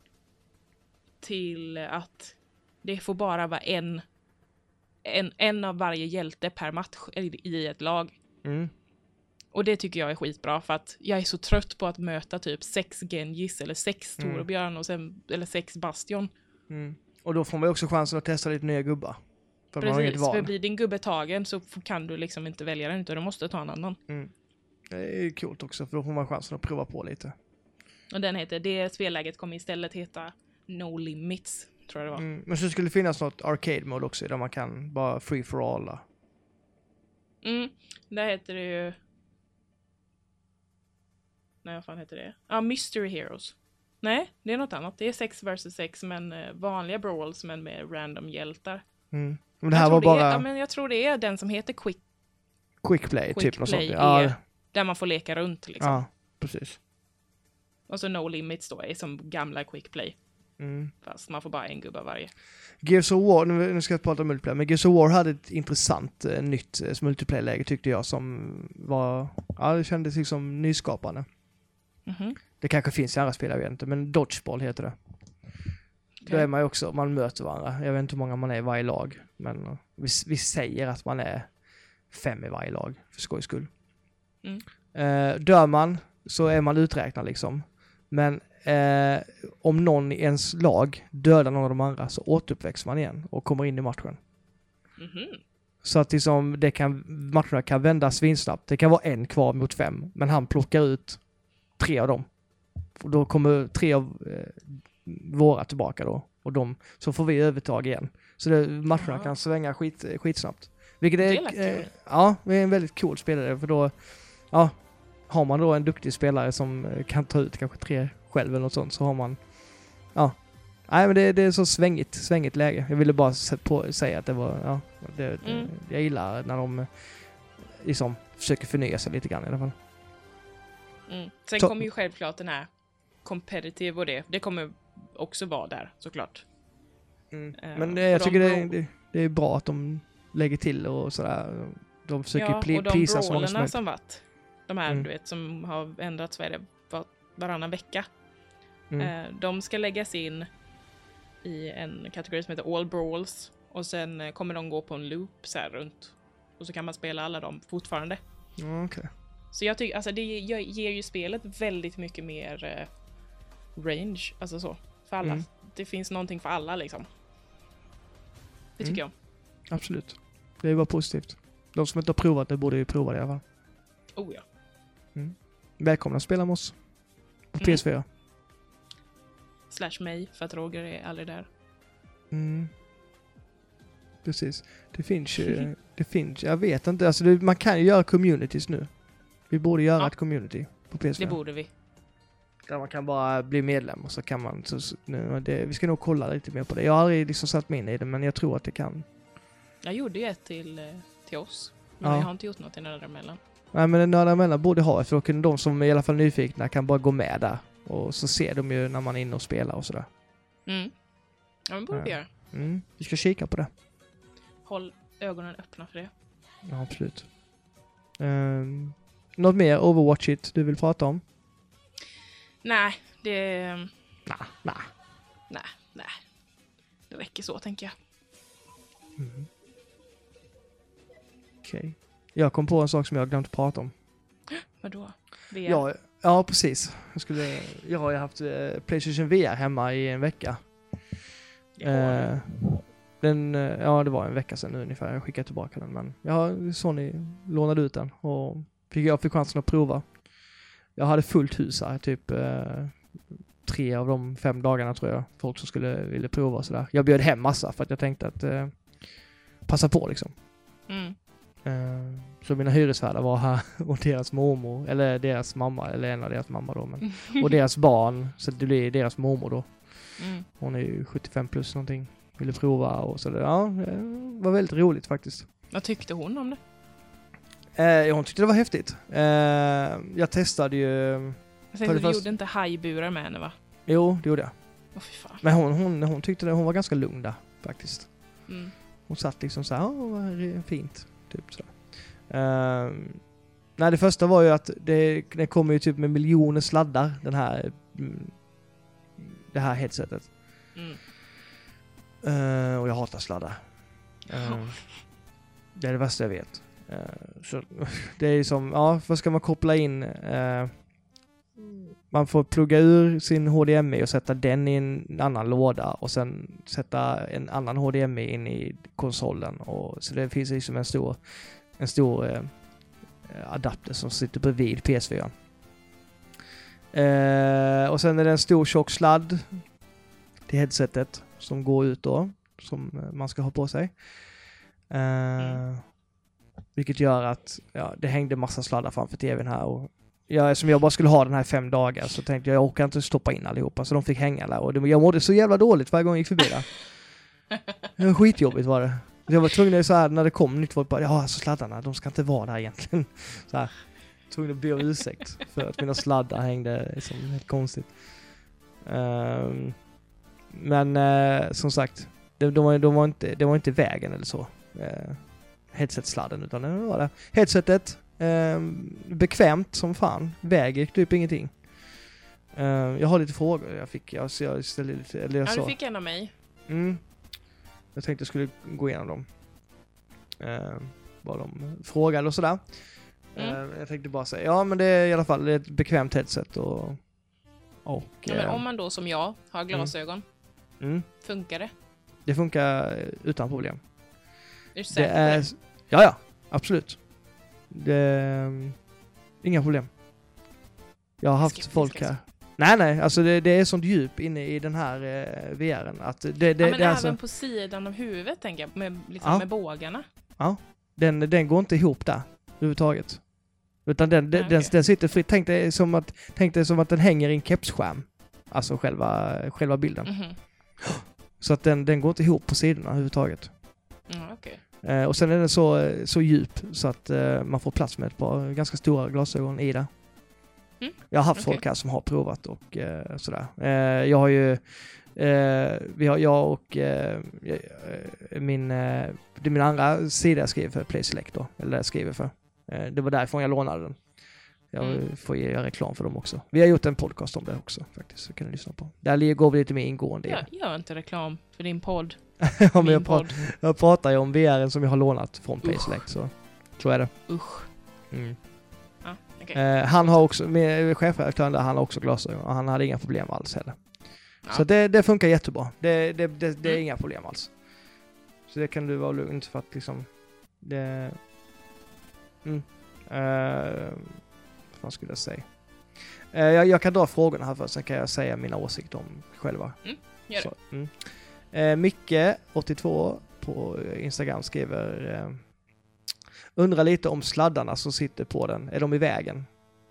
till att det får bara vara en, en, en av varje hjälte per match i, i ett lag. Mm. Och det tycker jag är skitbra, för att jag är så trött på att möta typ sex Genjis eller sex Mm. Torbjörn och sen, eller sex Bastion. Mm. Och då får man ju också chansen att testa lite nya gubbar. För man har inget Precis, för val. blir din gubbe tagen så f- kan du liksom inte välja den, utan du måste ta en annan. Mm. Det är coolt också, för då får man chansen att prova på lite. Och den heter, det spelläget kommer istället heta No Limits, tror jag det var. Mm. Men så skulle det finnas något arcade mode också där man kan bara free for all. Då. Mm, där heter det ju... Nej, vad fan heter det? Ja, ah, Mystery Heroes. Nej, det är något annat. Det är sex versus sex, men eh, vanliga brawls, men med random hjältar. Mm. Men det Jag här tror var det bara är, ja, men jag tror det är den som heter Quick, quick play, Quick typ något sånt. Play Ja, är där man får leka runt liksom. ja, precis. Och så No Limits då är som gamla Quick Play. Mm. Fast man får bara en gubbe varje. Gears of War, nu, nu ska jag prata om multiplayer, men Gears of War hade ett intressant eh, nytt eh, multiplayer-läge tyckte jag som var, ja det kändes liksom nyskapande. Mhm. Det kanske finns i andra spel, jag vet inte, men Dodgeball heter det. Då Okej. är man ju också, man möter varandra. Jag vet inte hur många man är i varje lag, men uh, vi, vi säger att man är fem i varje lag, för skojs skull. Mm. Eh, dör man så är man uträknad liksom. Men eh, om någon i ens lag dödar någon av de andra så återuppväcks man igen och kommer in i matchen. Mhm. Så att liksom det kan, matcherna kan vända svinsnabbt. Det kan vara en kvar mot fem, men han plockar ut tre av dem. Och då kommer tre av eh, våra tillbaka då. Och de, så får vi övertag igen. Så det, matcherna Jaha. kan svänga skit, skitsnabbt. Vilket Det är, är lätt eh, kul. ja, det är en väldigt cool spelare. För då, ja, har man då en duktig spelare som eh, kan ta ut kanske tre själv eller något sånt, så har man, ja. Nej, men det, det är så svängigt, svängigt läge. Jag ville bara se- på, säga att det var, ja, det, det, Mm. jag gillar när de eh, liksom försöker förnya sig lite grann i alla fall. Mm. Sen Så- kommer ju självklart den här competitive och det. Det kommer också vara där, såklart. Mm. Eh, Men det, jag och tycker de det, bro- det, det är bra att de lägger till och sådär. De försöker Ja, pli, och de prisa så många som brawlerna möjligt. som varit, de här Mm. du vet, som har ändrats var det, var, varannan vecka. Mm. Eh, de ska läggas in i en kategori som heter All Brawls. Och sen eh, kommer de gå på en loop så här runt. Och så kan man spela alla dem fortfarande. Ja, okej. Så jag tycker, alltså det ger, ger ju spelet väldigt mycket mer eh, range, alltså så, för alla. Mm. Det finns någonting för alla liksom. Det tycker Mm. Absolut. Det är bara positivt. De som inte har provat det borde ju prova det i alla fall. jag. Oh ja. Välkomna att spela med oss. På Mm. P S fyra. Slash mig, för att Roger är aldrig där. Mm. Precis. Det finns ju, det finns, jag vet inte, alltså det, man kan ju göra communities nu. Vi borde göra Ja. ett community på P S fyra. Det borde vi. Där man kan bara bli medlem och så kan man, så, så, nu, det, vi ska nog kolla lite mer på det. Jag har aldrig liksom satt mig in i det, men jag tror att det kan. Jag gjorde ju ett till, eh, till oss. Men Ja. jag har inte gjort något i den däremellan. Nej, men den nördar emellan borde ha, för då kan de som är i alla fall nyfikna kan bara gå med där. Och så ser de ju när man är inne och spelar och sådär. Mm. Ja, men borde vi Ja. göra. Mm, vi ska kika på det. Håll ögonen öppna för det. Ja, absolut. Um, något mer Overwatch-igt du vill prata om? Nej, det... Nej, nej. Nej, nej. Det räcker så, tänker jag. Mm. Okej. Okay. Jag kom på en sak som jag glömt prata om. Vadå? V R? Ja, ja, precis. Jag, skulle, jag har ju haft eh, PlayStation V R hemma i en vecka. Ja. Eh, den, eh, ja, det var en vecka sedan nu ungefär. Jag skickade tillbaka den. Men jag, Sony lånade ut den och fick, jag fick chansen att prova. Jag hade fullt hus här, typ eh, tre av de fem dagarna tror jag. Folk som skulle ville prova och sådär. Jag bjöd hem massa för att jag tänkte att eh, passa på liksom. Mm. Uh, så mina hyresvärdar var här och deras mormor, eller deras mamma, eller en av deras mamma då, men, och deras barn, så det blir deras mormor då. Mm. Hon är ju sjuttiofem plus någonting, ville prova och så det, ja, det var väldigt roligt faktiskt. Vad tyckte hon om det? Uh, hon tyckte det var häftigt. Uh, jag testade ju... Jag tänkte du först... gjorde inte hajburar med henne, va? Jo, det gjorde jag. Åh, fy fan. Men hon, hon, hon tyckte det, hon var ganska lugn där faktiskt. Mm. Hon satt liksom så här, ja, vad fint. Typ sådär. Uh, nej, det första var ju att det, det kommer ju typ med miljoner sladdar, den här det här headsetet. Mm. Uh, och jag hatar sladdar. Uh, oh. Det är det värsta jag vet. Uh, så det är som, ja, vad ska man koppla in? Uh, man får plugga ur sin H D M I och sätta den i en annan låda och sen sätta en annan H D M I in i konsolen. Och, så det finns liksom en stor, en stor eh, adapter som sitter bredvid P S fyra. Eh, och sen är det en stor tjock sladd till headsetet som går ut då, som man ska ha på sig. Eh, mm. Vilket gör att ja, det hängde massa sladdar framför tvn här och jag, som jag bara skulle ha den här fem dagar så tänkte jag, jag orkar inte stoppa in allihopa så de fick hänga där och det, jag mådde så jävla dåligt varje gång jag gick förbi där. Det var skitjobbigt var det. Jag var tvungen så här när det kom nytt folk bara, ja alltså sladdarna, de ska inte vara där egentligen. Så här, tvungen att be om ursäkt för att mina sladdar hängde liksom helt konstigt. Um, men uh, som sagt, de, de, var, de var inte, det var inte vägen eller så. Uh, headset-sladden utan det var det. Headsetet Eh, bekvämt som fan. Väger typ ingenting. Eh, jag har lite frågor. Jag fick, jag, så jag ställde lite, eller jag ja, så. du fick en av mig. Mm. Jag tänkte jag skulle gå igenom dem. Eh, vad de frågade och sådär. Mm. Eh, jag tänkte bara säga, ja men det är i alla fall det är ett bekvämt headset och... och ja, men om man då som jag har glasögon, mm. Mm. funkar det? Det funkar utan problem. Är du säker det är, på det? Ja, ja. Absolut. Det, inga problem. Jag har haft folk här. Nej, nej. Alltså det, det är sånt djup inne i den här eh, V R:en. Att det, det, ja, men det är även alltså, på sidan av huvudet, tänker jag. Med, liksom ja. med bågarna. Ja. Den, den går inte ihop där överhuvudtaget. Utan den, den, okay. den, den sitter fritt. Tänk dig som att, tänk dig som att den hänger i en kepsskärm. Alltså själva, själva bilden. Mm-hmm. Så att den, den går inte ihop på sidorna överhuvudtaget. Mm, okay. Eh, och sen är den så, så djup så att eh, man får plats med ett par ganska stora glasögon i det. Mm. Jag har haft okay. folk här som har provat och eh, sådär. Eh, jag har ju eh, vi har, jag och eh, min eh, det är min andra sida jag skriver för PlaySelect då, eller jag skriver för. Eh, det var därifrån jag lånade den. Jag mm. får ge reklam för dem också. Vi har gjort en podcast om det också faktiskt, så kan ni lyssna på. Där går vi lite mer ingående. Jag gör inte reklam för din podd. Ja, men jag, pra- jag pratar ju om V R:en som jag har lånat från PlaySelect, så tror jag det. Usch. Mm. Ah, okay. eh, han har också, med chefredaktören där, han har också glasögon och han hade inga problem alls heller. Ja. Så det, det funkar jättebra. Det, det, det, det är mm. inga problem alls. Så det kan du vara lugnt för att liksom det... Mm. Eh, vad skulle jag säga? Eh, jag, jag kan dra frågorna här först, sen kan jag säga mina åsikter om själva. Mm. Gör det. Så, mm. Eh, Micke åttiotvå på Instagram skriver eh, undrar lite om sladdarna som sitter på den. Är de i vägen?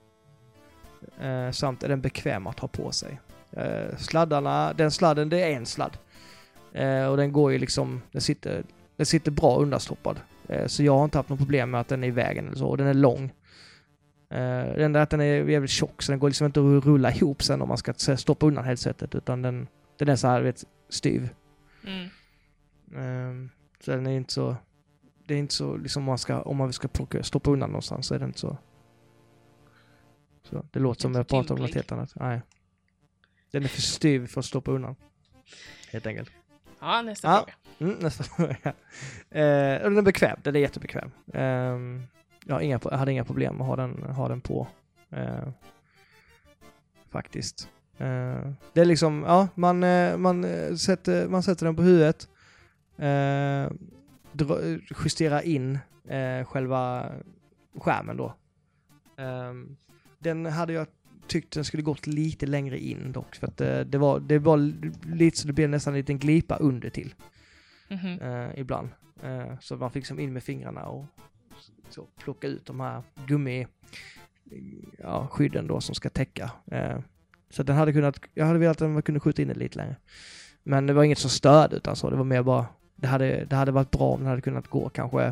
Eh, samt är den bekväm att ha på sig? Eh, sladdarna, den sladden, det är en sladd. Eh, och den går ju liksom, den sitter, den sitter bra undanstoppad. Eh, så jag har inte haft något problem med att den är i vägen eller så. Och den är lång. Eh, den där att den är jävligt tjock så den går liksom inte att rulla ihop sen om man ska stoppa undan headsetet, utan den, den är så här, vet, styv. Mm. Um, så den är inte så det är inte så, liksom man ska, om man ska plocka, stoppa undan någonstans så är det inte så. Så det låter som jag pratar om något helt annat. Nej. Den är för styv för att stoppa undan. Helt enkelt. Ja, nästa ja. fråga. Mm, nästa fråga. eh, den är bekväm, den är jättebekväm. Eh, jag, inga, jag hade inga problem att ha den, ha den på. Eh, faktiskt. Eh, det är liksom, ja, man, eh, man, sätter, man sätter den på huvudet. Eh, dra, justera in eh, själva skärmen då. Eh, den hade jag tyckt den skulle gått lite längre in dock. För att eh, det, var, det var lite så det blev nästan en liten glipa under till. Mm-hmm. Eh, ibland. Eh, så man fick som in med fingrarna och så plocka ut de här gummi ja, skydden då som ska täcka. Eh, så den hade kunnat, jag hade velat att den kunde skjuta in det lite längre. Men det var inget så stöd utan så. Det var mer bara, det hade, det hade varit bra om den hade kunnat gå kanske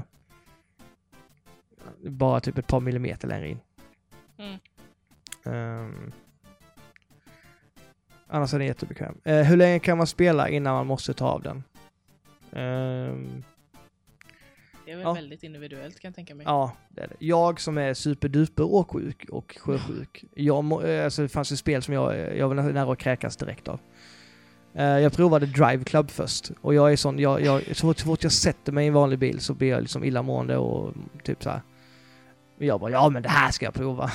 bara typ ett par millimeter längre in. Mm. Um, annars är den jättebekväm. Uh, hur länge kan man spela innan man måste ta av den? Um, det är väl ja. väldigt individuellt kan jag tänka mig. Ja, det är det. Jag som är superduper åksjuk och sjösjuk. Jag må, alltså det fanns ett spel som jag, jag var nära att kräkas direkt av. Uh, jag provade Drive Club först. Och jag är sån, jag, jag, så fort jag sätter mig i en vanlig bil så blir jag liksom illamående och typ så här. Jag bara, ja men det här ska jag prova.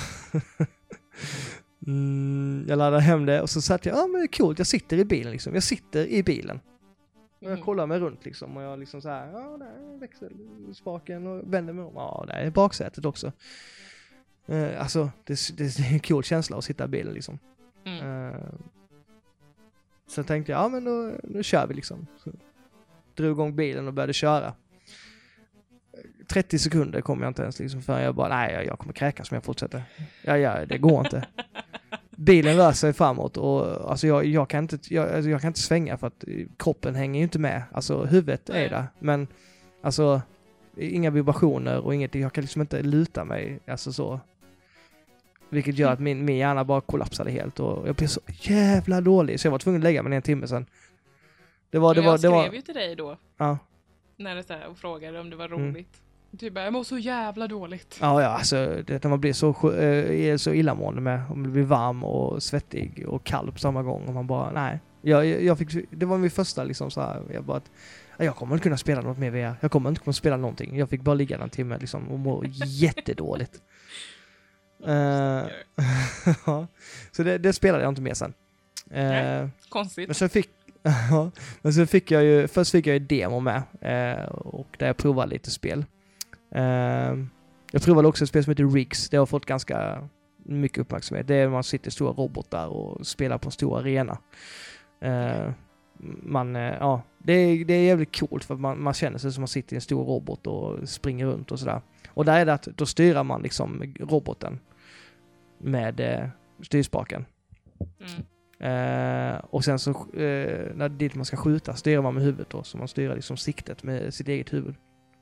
mm, jag laddade hem det och så satt jag, ja men det är coolt, jag sitter i bilen liksom. Jag sitter i bilen. Och jag kollar mig runt liksom och jag liksom så här, ja där är växelspaken och vänder mig om. Ja, där är baksätet också. Uh, alltså, det, det, det är en cool känsla att sitta i bilen liksom. Mm. Uh, så tänkte jag, ja men då, då kör vi liksom. Så drog igång bilen och började köra. trettio sekunder kom jag inte ens liksom för jag bara, nej jag, jag kommer kräkas om jag fortsätter. Ja, ja, det går inte. Bilen rör sig framåt och alltså jag, jag, kan inte, jag, alltså jag kan inte svänga för att kroppen hänger ju inte med. Alltså huvudet är där. Men alltså inga vibrationer och inget, jag kan liksom inte luta mig. Alltså så. Vilket gör att min, min hjärna bara kollapsade helt och jag blev så jävla dålig. Så jag var tvungen att lägga mig en timme sedan. Det var, det jag var, skrev det var, ju till dig då. Ja. När det så här, och frågade om det var roligt. Mm. Typ bara, jag mår så jävla dåligt. Ja, ja, alltså det, när man blir så, äh, så illamående med, om det blir varm och svettig och kall på samma gång och man bara, nej. Jag, jag fick, det var min första liksom så här, jag bara att, jag kommer inte kunna spela något mer V R. Jag kommer inte kunna spela någonting. Jag fick bara ligga en timme liksom och må jättedåligt. uh, så det, det spelade jag inte mer sen. Uh, nej, konstigt. Men så fick Ja, men så fick jag ju, först fick jag ju demo med eh, och där jag provade lite spel. Eh, jag provade också ett spel som heter Rigs. Det har fått ganska mycket uppmärksamhet. Det är man sitter i stora robotar och spelar på en stor arena. Eh, man, eh, ja, det är, det är jävligt coolt för man, man känner sig som man sitter i en stor robot och springer runt och sådär. Och där är det att då styrar man liksom roboten med eh, styrspaken. Mm. Uh, och sen så uh, när dit man ska skjuta styrar man med huvudet då, så man styrar liksom siktet med sitt eget huvud.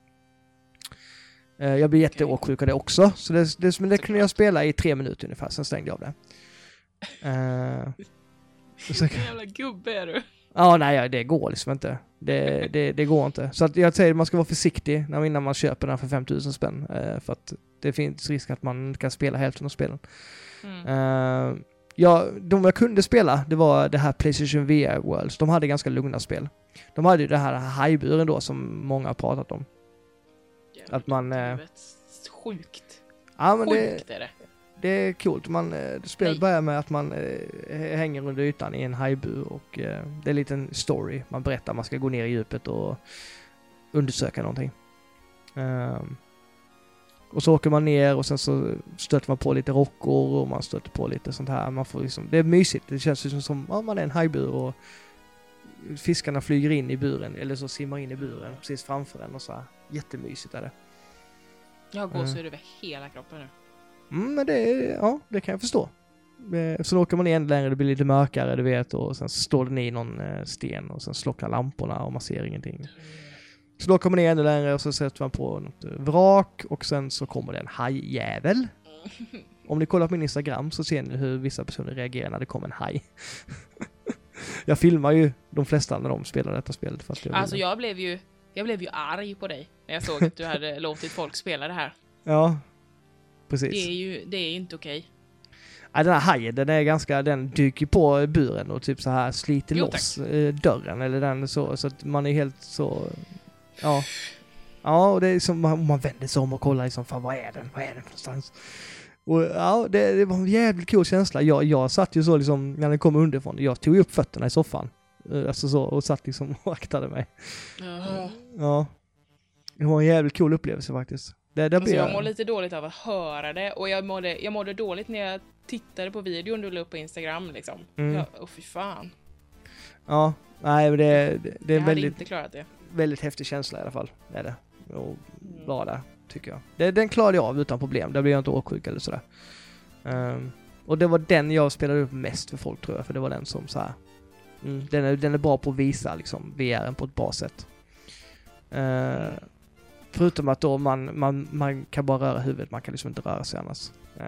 Uh, jag blir jätteåksjuk av det också, så det, det, men det kunde jag spela i tre minuter ungefär, sen stängde jag av det. Uh, Vilken jävla gubbe är du? Ja, ah, nej, det går liksom inte. Det, det, det går inte. Så att jag säger att man ska vara försiktig när, innan man köper den för fem tusen spänn, uh, för att det finns risk att man inte kan spela hälften av spelen. Mm. Uh, Ja, de jag kunde spela, det var det här PlayStation V R Worlds. De hade ganska lugna spel. De hade ju det här hajburen då som många har pratat om. Jävligt att man... Eh, sjukt. Ja, men sjukt det, är det. Det är coolt. Man, eh, spelet börjar med att man eh, hänger under ytan i en hajbur och eh, det är en liten story. Man berättar att man ska gå ner i djupet och undersöka någonting. Um, Och så åker man ner och sen så stöter man på lite rockor och man stöter på lite sånt här. Man får liksom, det är mysigt. Det känns ju som ja, man är en hajbur och fiskarna flyger in i buren eller så simmar in i buren precis framför en och så här. Jättemysigt är det. Jag har gåshud mm. över hela kroppen nu. Mm, men det, ja, det kan jag förstå. Så åker man ner längre, det blir lite mörkare, du vet, och sen står den i någon sten och sen slockar lamporna och man ser ingenting. Mm. Så då kommer man ner ännu längre och så sätter man på något vrak och sen så kommer det en hajjävel. Om ni kollar på min Instagram så ser ni hur vissa personer reagerar när det kommer en haj. Jag filmar ju de flesta när de spelar detta spelet. För att jag alltså jag blev ju Jag blev ju arg på dig när jag såg att du hade låtit folk spela det här. Ja, precis. Det är ju det är inte okej. Ja, den här hajen, den är ganska, den dyker på buren och typ så här sliter Jo, loss eh, dörren eller den så, så att man är helt så, ja. Ja, och det är som man, man vänder sig om och kollar liksom, fan vad är den, vad är den någonstans? Och ja, det, det var en jävligt cool känsla. Jag, jag satt ju så liksom, när den kom underifrån, jag tog ju upp fötterna i soffan. Alltså så, och satt liksom och aktade mig. Uh. Ja. Det var en jävligt cool upplevelse faktiskt. Det, det Alltså blir... jag mår lite dåligt av att höra det. Och jag mådde, jag mådde dåligt när jag tittade på videon du la upp på Instagram liksom. Mm. Jag, åh fy fan. Ja, nej men det, det, det är jag en hade väldigt, inte klarat det. väldigt häftig känsla i alla fall. Det är det. Och Mm. vara där, tycker jag. Det, den klarade jag av utan problem. Där blev jag inte åksjuk eller sådär. Um, och det var den jag spelade upp mest för folk tror jag. För det var den som så här. Mm, den, är, den är bra på att visa liksom, V R på ett bra sätt. Uh, förutom att då man, man, man kan bara röra huvudet. Man kan liksom inte röra sig annars. Uh,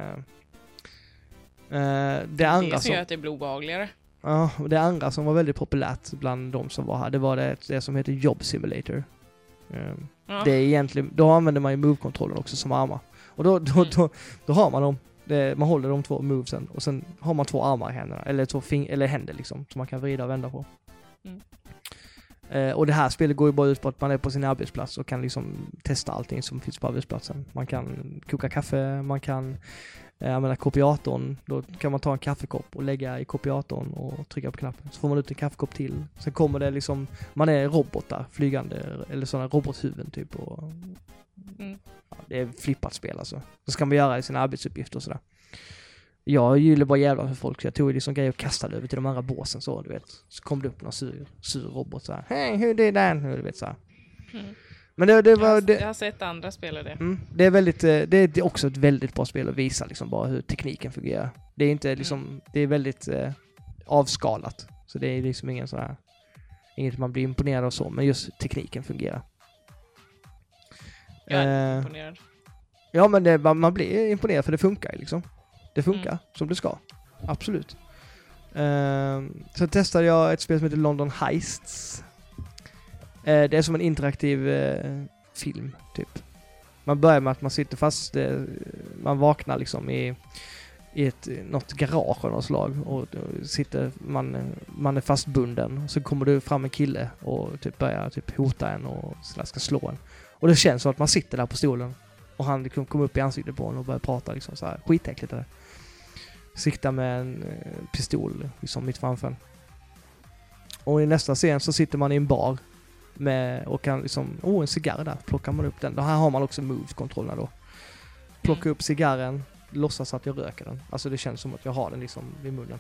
uh, det andra det som som... gör att det blir obehagligare. Ja, och det andra som var väldigt populärt bland de som var här, det var det, det som heter Job Simulator. Um, Ja. Det är egentligen, då använder man ju move-kontrollen också som armar. Och då, då, Mm. då, då har man dem, det, man håller de två movesen och sen har man två armar i händerna, eller två fing- eller händer liksom, som man kan vrida och vända på. Mm. Eh, och det här spelet går ju bara ut på att man är på sin arbetsplats och kan liksom testa allting som finns på arbetsplatsen. Man kan koka kaffe, man kan eh, använda kopiatorn, då kan man ta en kaffekopp och lägga i kopiatorn och trycka på knappen. Så får man ut en kaffekopp till. Sen kommer det liksom, man är robotar, flygande, eller sådana robothuvuden typ. Och, Mm. ja, det är flippat spel alltså. Så ska man göra i sina arbetsuppgifter och sådär. Jag gillar bara jävla för folk, så jag tog liksom grejer och kastade över till de andra båsen så, du vet. Så kom det upp någon sur, sur robot så här. Hej, hur är det? Du vet så här. Mm. Men det, det Jag, var... har, Det, jag har sett andra spela det. mm, det är väldigt, eh, det är det är också ett väldigt bra spel att visa liksom bara hur tekniken fungerar. Det är inte liksom, Mm. det är väldigt eh, avskalat. Så det är liksom ingen sån här, inget man blir imponerad av så, men just tekniken fungerar. Jag är Eh, imponerad. Ja, men det, man, man blir imponerad för det funkar liksom. Det funkar Mm. som det ska. Absolut. Uh, så testade jag ett spel som heter London Heists. Uh, det är som en interaktiv uh, film, typ. Man börjar med att man sitter fast, uh, man vaknar liksom i, i ett, något garage av något slag och då sitter man, man är fastbunden. Så kommer det fram en kille och typ börjar typ hota en och sådär, ska slå en. Och det känns som att man sitter där på stolen. Och han liksom kom upp i ansiktet på honom och började prata liksom så här skitäckligt där. Siktar med en eh, pistol liksom mitt framför en. Och i nästa scen så sitter man i en bar med och kan liksom, åh en cigarr där, plockar man upp den. Då här har man också move-kontrollerna då. Plocka upp cigarren, låtsas att jag röker den. Alltså det känns som att jag har den liksom vid munnen.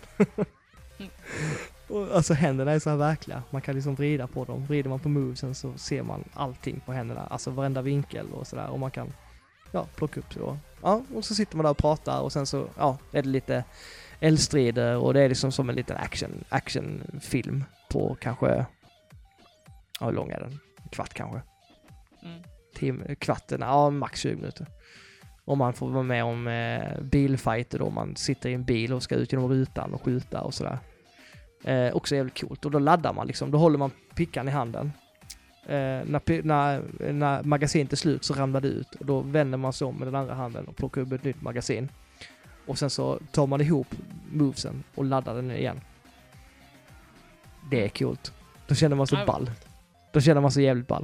Och alltså händerna är så här verkliga. Man kan liksom vrida på dem. Vrider man på movesen så ser man allting på händerna. Alltså varenda vinkel och sådär. Och man kan ja, plocka upp så. Ja, och så sitter man där och pratar och sen så ja, är det lite eldstrider och det är liksom som en liten action actionfilm på kanske ja, hur lång är den? En kvart kanske. Mm. Tim, kvarten, ja max tjugo minuter. Och man får vara med om eh, bilfighter då. Man sitter i en bil och ska ut genom rutan och skjuta och sådär. Eh, också jävligt coolt. Och då laddar man liksom. Då håller man pickan i handen. Eh, när, när, när magasinet är slut så ramlar det ut. Och då vänder man sig om med den andra handen och plockar upp ett nytt magasin. Och sen så tar man ihop movesen och laddar den igen. Det är coolt. Då känner man sig Ja. ball. Då känner man sig jävligt ball.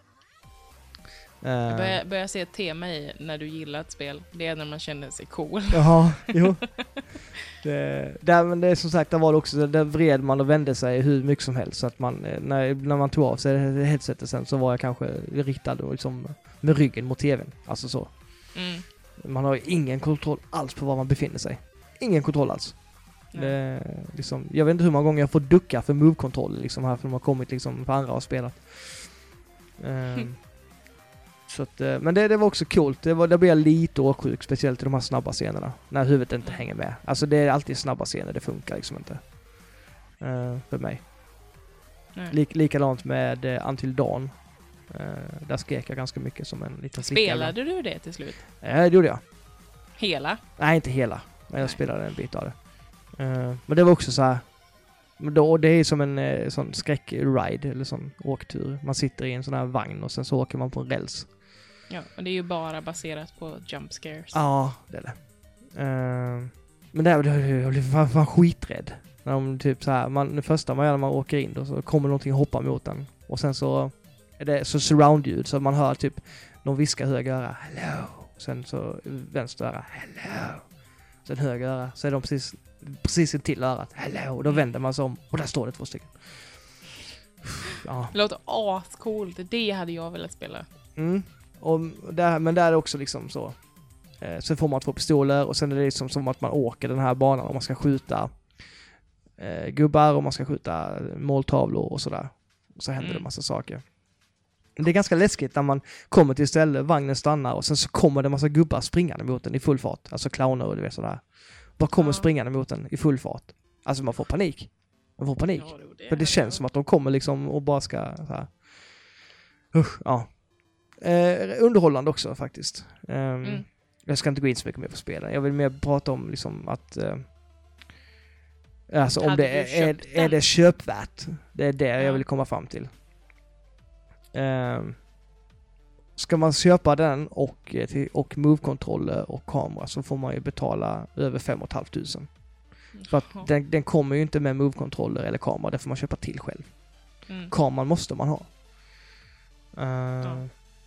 Jag börjar, börjar se ett tema i när du gillar ett spel. Det är när man känner sig cool. Jaha, jo. Det, där, men det är som sagt, där var det också, där vred man och vände sig hur mycket som helst. Så att man, när, när man tog av sig headsetet sen så var jag kanske riktad och liksom med ryggen mot tvn. Alltså så. Mm. Man har ju ingen kontroll alls på var man befinner sig. Ingen kontroll alls. Det, liksom, jag vet inte hur många gånger jag får ducka för move-kontroll liksom här, för de har kommit liksom för andra och spelat. Um, Så att, men det, det var också coolt. Det, var, det blev jag lite åksjuk, speciellt i de här snabba scenerna. När huvudet inte hänger med. Alltså det är alltid snabba scener, det funkar liksom inte. Uh, för mig. Lik, likadant med uh, Until Dawn. Uh, där skrek jag ganska mycket som en liten flicka. Spelade du det till slut? Ja, det gjorde jag. Hela? Nej, inte hela. Men jag Nej. spelade en bit av det. Uh, men det var också så här. Men då, det är som en eh, sån skräckride eller sån åktur. Man sitter i en sån här vagn och sen så åker man på en räls. Ja, och det är ju bara baserat på jump scares. Ja, det är det. Uh, men där jag blev fan, fan skiträdd. När de typ så här, man, det första man gör när man åker in då så kommer någonting hoppa mot den. Och sen så är det så surround-ljud så man hör typ någon viskar höger öra, hello. Sen så vänster öra, hello. Sen höger öra, så är de precis, precis till örat, hello. Och då vänder man sig om och där står det två stycken. Ja. Det låter ascoolt, det hade jag velat spela. Mm. Och där, men där är det också liksom så. Eh, sen får man två pistoler och sen är det liksom som att man åker den här banan och man ska skjuta eh, gubbar och man ska skjuta måltavlor och sådär. Och så händer mm. det massa saker. Det är ganska läskigt när man kommer till stället, vagnen stannar och sen så kommer det massa gubbar springande mot den i full fart. Alltså clowner och du vet sådär. Bara kommer ja. springande mot den i full fart. Alltså man får panik. Man får panik. Ja, det det För det känns som att de kommer liksom och bara ska så här. Usch, ja. Eh, underhållande också faktiskt. Um, mm. Jag ska inte gå in så mycket mer på spelen. Jag vill mer prata om liksom att uh, alltså om det är, är, är det köpvärt. Det är det ja. jag vill komma fram till. Um, ska man köpa den och, och move-kontroller och kamera så får man ju betala över fem och ett halvt tusen. För att den, den kommer ju inte med move-kontroller eller kamera. Det får man köpa till själv. Mm. Kameran måste man ha. Uh, ja.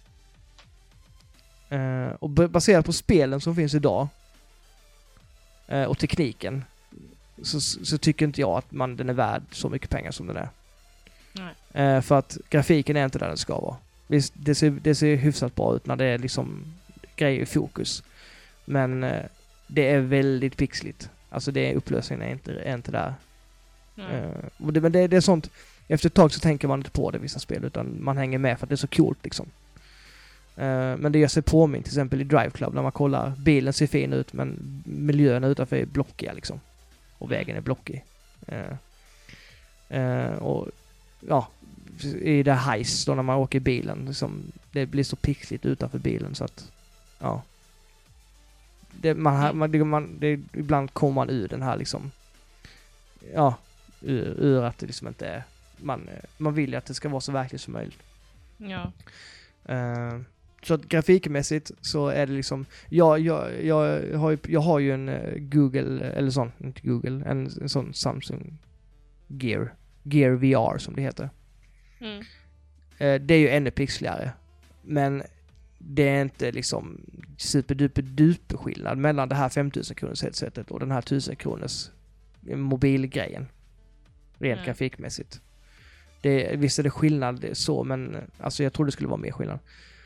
Uh, och baserat på spelen som finns idag uh, och tekniken så, så tycker inte jag att man, den är värd så mycket pengar som den är. Nej. Uh, för att grafiken är inte där den ska vara. Visst, det ser, det ser hyfsat bra ut när det är liksom grejer i fokus. Men uh, det är väldigt pixligt. Alltså det är upplösningen är inte, är inte där. Uh, och det, men det, det är sånt, efter ett tag så tänker man inte på det i vissa spel utan man hänger med för att det är så coolt liksom. Uh, men det gör sig påminn till exempel i Drive Club när man kollar, bilen ser fin ut men miljön utanför är blockiga liksom. Och vägen är blockig. Uh, uh, och ja, i det heist då när man åker bilen liksom, det blir så pixligt utanför bilen så att ja. Det, man, man, det, man, det, ibland kommer man ur den här liksom ja, ur, ur att det liksom inte är man, man vill ju att det ska vara så verkligt som möjligt. Ja. Uh, så att grafikmässigt så är det liksom jag, jag, jag, har, ju, jag har ju en uh, Google eller sån, inte Google, en, en sån Samsung Gear Gear V R som det heter. Mm. Uh, det är ju ännu pixligare men det är inte liksom superduper duper skillnad mellan det här femtusen kronors headsetet och den här tusen kronors mobilgrejen. Rent mm. grafikmässigt. Det, visst är det skillnad så, men alltså jag tror det skulle vara mer skillnad.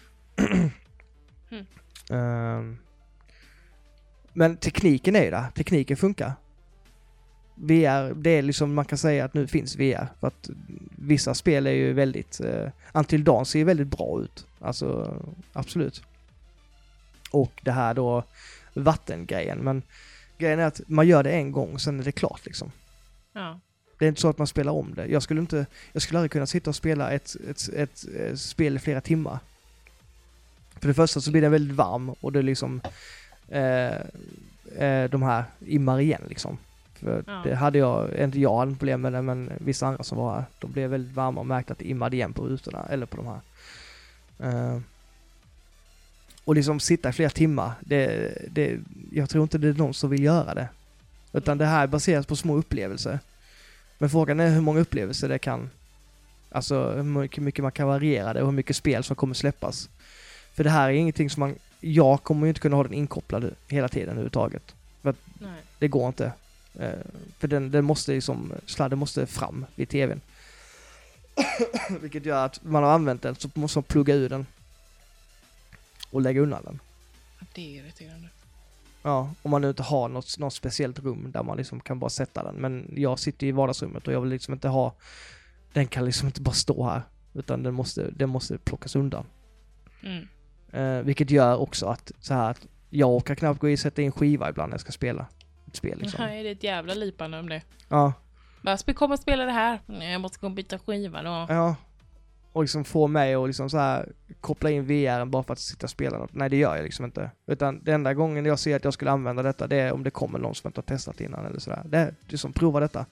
mm. um, men tekniken är ju där. Tekniken funkar. V R, det är liksom, man kan säga att nu finns V R. För att vissa spel är ju väldigt... Uh, Until Dawn ser ju väldigt bra ut. Alltså, absolut. Och det här då vattengrejen. Men grejen är att man gör det en gång, sen är det klart liksom. Ja. Det är inte så att man spelar om det. Jag skulle inte, jag skulle aldrig kunna sitta och spela ett, ett, ett, ett spel i flera timmar. För det första så blir det väldigt varm och det är liksom eh, eh, de här immar igen liksom. För ja. Det hade jag, inte jag hade problem med det, men vissa andra som var här, de blev väldigt varma och märkte att det immade igen på rutorna eller på de här. Uh, och liksom sitta i flera timmar, det, det, jag tror inte det är någon som vill göra det. Utan det här baseras på små upplevelser. Men frågan är hur många upplevelser det kan, alltså hur mycket, mycket man kan variera det och hur mycket spel som kommer släppas. För det här är ingenting som man, jag kommer ju inte kunna ha den inkopplad hela tiden överhuvudtaget. För att Nej. Det går inte. Uh, för den, den måste liksom, sladden måste fram vid tvn. Vilket gör att man har använt den så måste man plugga ur den och lägga undan den. Det är irriterande. Ja, om man nu inte har något, något speciellt rum där man liksom kan bara sätta den. Men jag sitter i vardagsrummet och jag vill liksom inte ha, den kan liksom inte bara stå här utan den måste, den måste plockas undan. Mm. Uh, vilket gör också att så här att jag kan knappt gå in och sätta in skiva ibland när jag ska spela ett spel liksom. Nej, det är ett jävla lipande om det. Ja. Bara, kom och spela det här. Jag måste gå och byta skiva då. Ja. Och liksom få mig och liksom så här koppla in V R bara för att sitta och spela något. Nej, det gör jag liksom inte. Utan den enda gången jag ser att jag skulle använda detta, det är om det kommer någon som inte har testat innan eller sådär. Det är liksom, prova detta.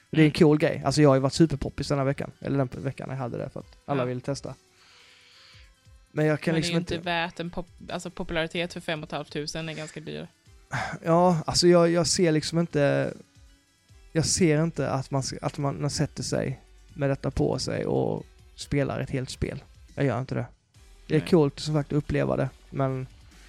Det är en cool grej. Alltså jag har ju varit superpoppis den här veckan. Eller den veckan jag hade det för att alla ja. ville testa. Men jag kan Men liksom det är ju inte inte... värt en pop... alltså popularitet för fem och ett halvt tusen är ganska dyr. Ja, alltså jag, jag ser liksom inte... Jag ser inte att man, att man sätter sig med detta på sig och spelar ett helt spel. Jag gör inte det. Det är Nej. coolt som sagt att uppleva det, men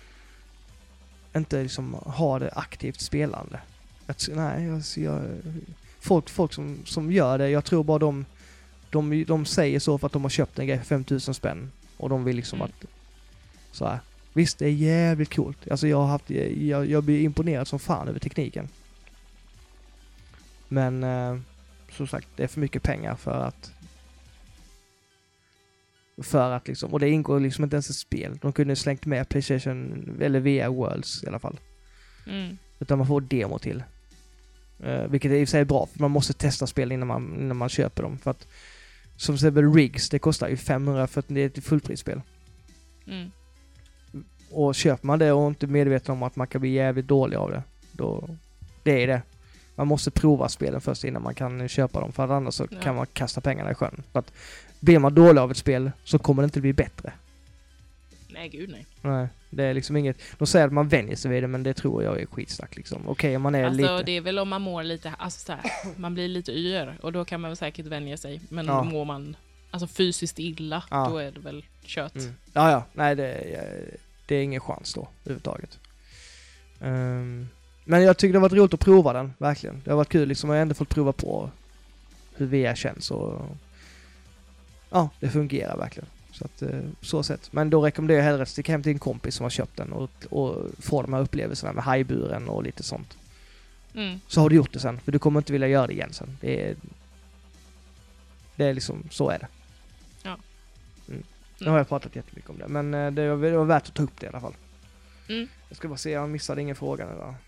inte liksom ha det aktivt spelande. Jag, nej, jag, jag, folk, folk som, som gör det, jag tror bara de, de, de säger så för att de har köpt en grej för fem tusen spänn och de vill liksom mm. att så här. Visst, det är jävligt coolt. Alltså jag har haft, jag, jag blir imponerad som fan över tekniken. Men eh, som sagt, det är för mycket pengar för att för att liksom, och det ingår liksom inte ens ett spel. De kunde slängt med PlayStation eller V R Worlds i alla fall. Mm. Utan man får demo till. Uh, vilket i och för sig är bra, för man måste testa spel innan man, innan man köper dem. För att, som till exempel Rigs, det kostar ju femhundra för att det är ett fullprisspel. Mm. Och köper man det och inte medveten om att man kan bli jävligt dålig av det, då, det är det. Man måste prova spelen först innan man kan köpa dem, för att annars så ja. kan man kasta pengarna i sjön. För att blir man dålig av ett spel så kommer det inte bli bättre. Nej, gud nej. Nej, det är liksom inget... De säger att man vänjer sig vid det, men det tror jag är skitsnack liksom. Okej, okay, man är alltså, lite... Alltså det är väl om man mår lite... Alltså så här, man blir lite yr och då kan man väl säkert vänja sig. Men ja. mår man alltså fysiskt illa, ja. då är det väl kört. Mm. Ja, ja. Nej, det, det är ingen chans då, överhuvudtaget. Um, men jag tycker det har varit roligt att prova den, verkligen. Det har varit kul liksom. Jag har ändå fått prova på hur V R känns och... Ja, det fungerar verkligen. Så att, så sett. Men då rekommenderar jag hellre att sticka hem till en kompis som har köpt den och, och få de här upplevelserna med hajburen och lite sånt. Mm. Så har du gjort det sen, för du kommer inte vilja göra det igen sen. Det är, det är liksom, så är det. Ja. Mm. Nu har jag pratat jättemycket om det, men det var, det var värt att ta upp det i alla fall. Mm. Jag ska bara se, jag missade ingen fråga nu då.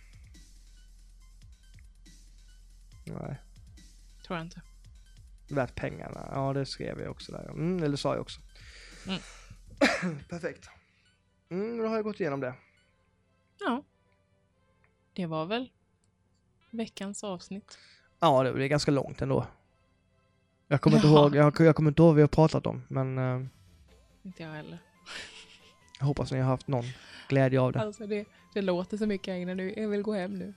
Nej. Tror jag inte. Värt pengarna. Ja, det skrev jag också där. Mm, eller sa jag också. Mm. Perfekt. Mm, då har jag gått igenom det. Ja. Det var väl veckans avsnitt. Ja, det är ganska långt ändå. Jag kommer inte ihåg, jag, jag kommer inte ihåg vad vi har pratat om, men... Uh, inte jag heller. Jag hoppas att ni har haft någon glädje av det. Alltså, det, det låter så mycket innan nu. Jag vill gå hem nu.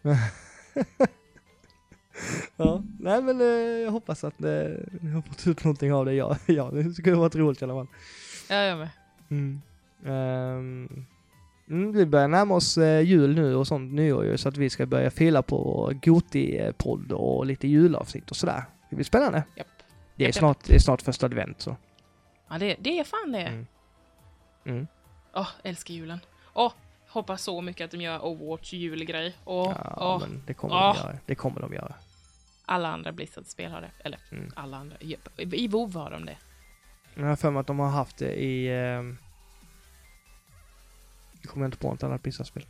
Ja, nej men eh, jag hoppas att eh, ni har fått ut någonting av det. Ja, ja, det skulle vara roligt i alla fall. Ja, jag med. Mm. Um, mm, vi börjar närma oss eh, jul nu och sånt nyår ju, så att vi ska börja fila på Goti-podd och lite julavsnitt och sådär. Det blir spännande. Japp. Det är Japp, snart, det är snart första advent så. Ja, det, det är fan det. Mm. Mm. Åh, älskar julen. Åh, hoppas så mycket att de gör Overwatch julgrej. Åh, ja, åh. men det kommer åh. de göra. Det kommer de göra. Alla andra Blizzard-spel har det. Eller, mm. alla andra. I, i WoW har de det. Jag har för mig att de har haft det i... Eh, jag kommer inte på något annat Blizzard-spel.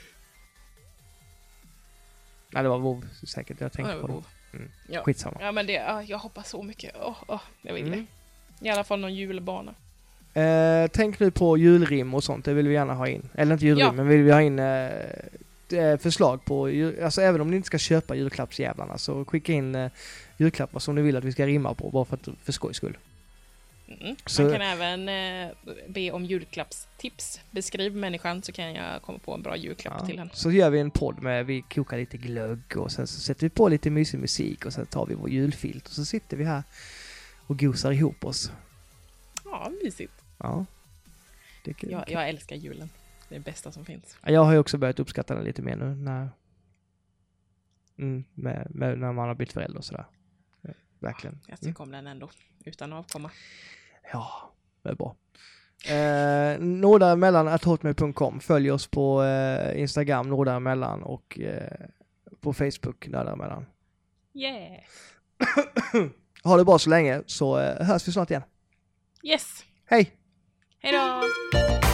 Nej, det var WoW säkert. Jag tänkte ja, på WoW. det. Mm. Ja. Skitsamma. Ja, men det, ja, jag hoppas så mycket. Åh, åh, jag vill mm. det. I alla fall någon julbana. Eh, tänk nu på julrim och sånt. Det vill vi gärna ha in. Eller inte julrim, ja. men vill vi ha in... Eh, förslag på, alltså även om ni inte ska köpa julklappsjävlarna, så skicka in eh, julklappar som ni vill att vi ska rimma på, bara för, att, för skojs skull. Mm. Så, man kan även eh, be om julklappstips. Beskriv människan så kan jag komma på en bra julklapp ja. till henne. Så gör vi en podd med, vi kokar lite glögg och sen så sätter vi på lite mysig musik och sen tar vi vår julfilt och så sitter vi här och gosar ihop oss. Ja, mysigt. Ja. Det kan, jag, jag älskar julen. Det är det bästa som finns. Jag har ju också börjat uppskatta den lite mer nu när, mm, med, med, när man har blivit förälder och sådär. Ja, verkligen. Ja, jag tycker om den ändå. Utan avkomma. Ja, det är bra. Eh, Nordaremellan at hotmail punkt com. Följ oss på eh, Instagram Nordaremellan och eh, på Facebook Nordaremellan. Yeah! Ha det bra så länge så eh, hörs vi snart igen. Yes! Hej! Hej då!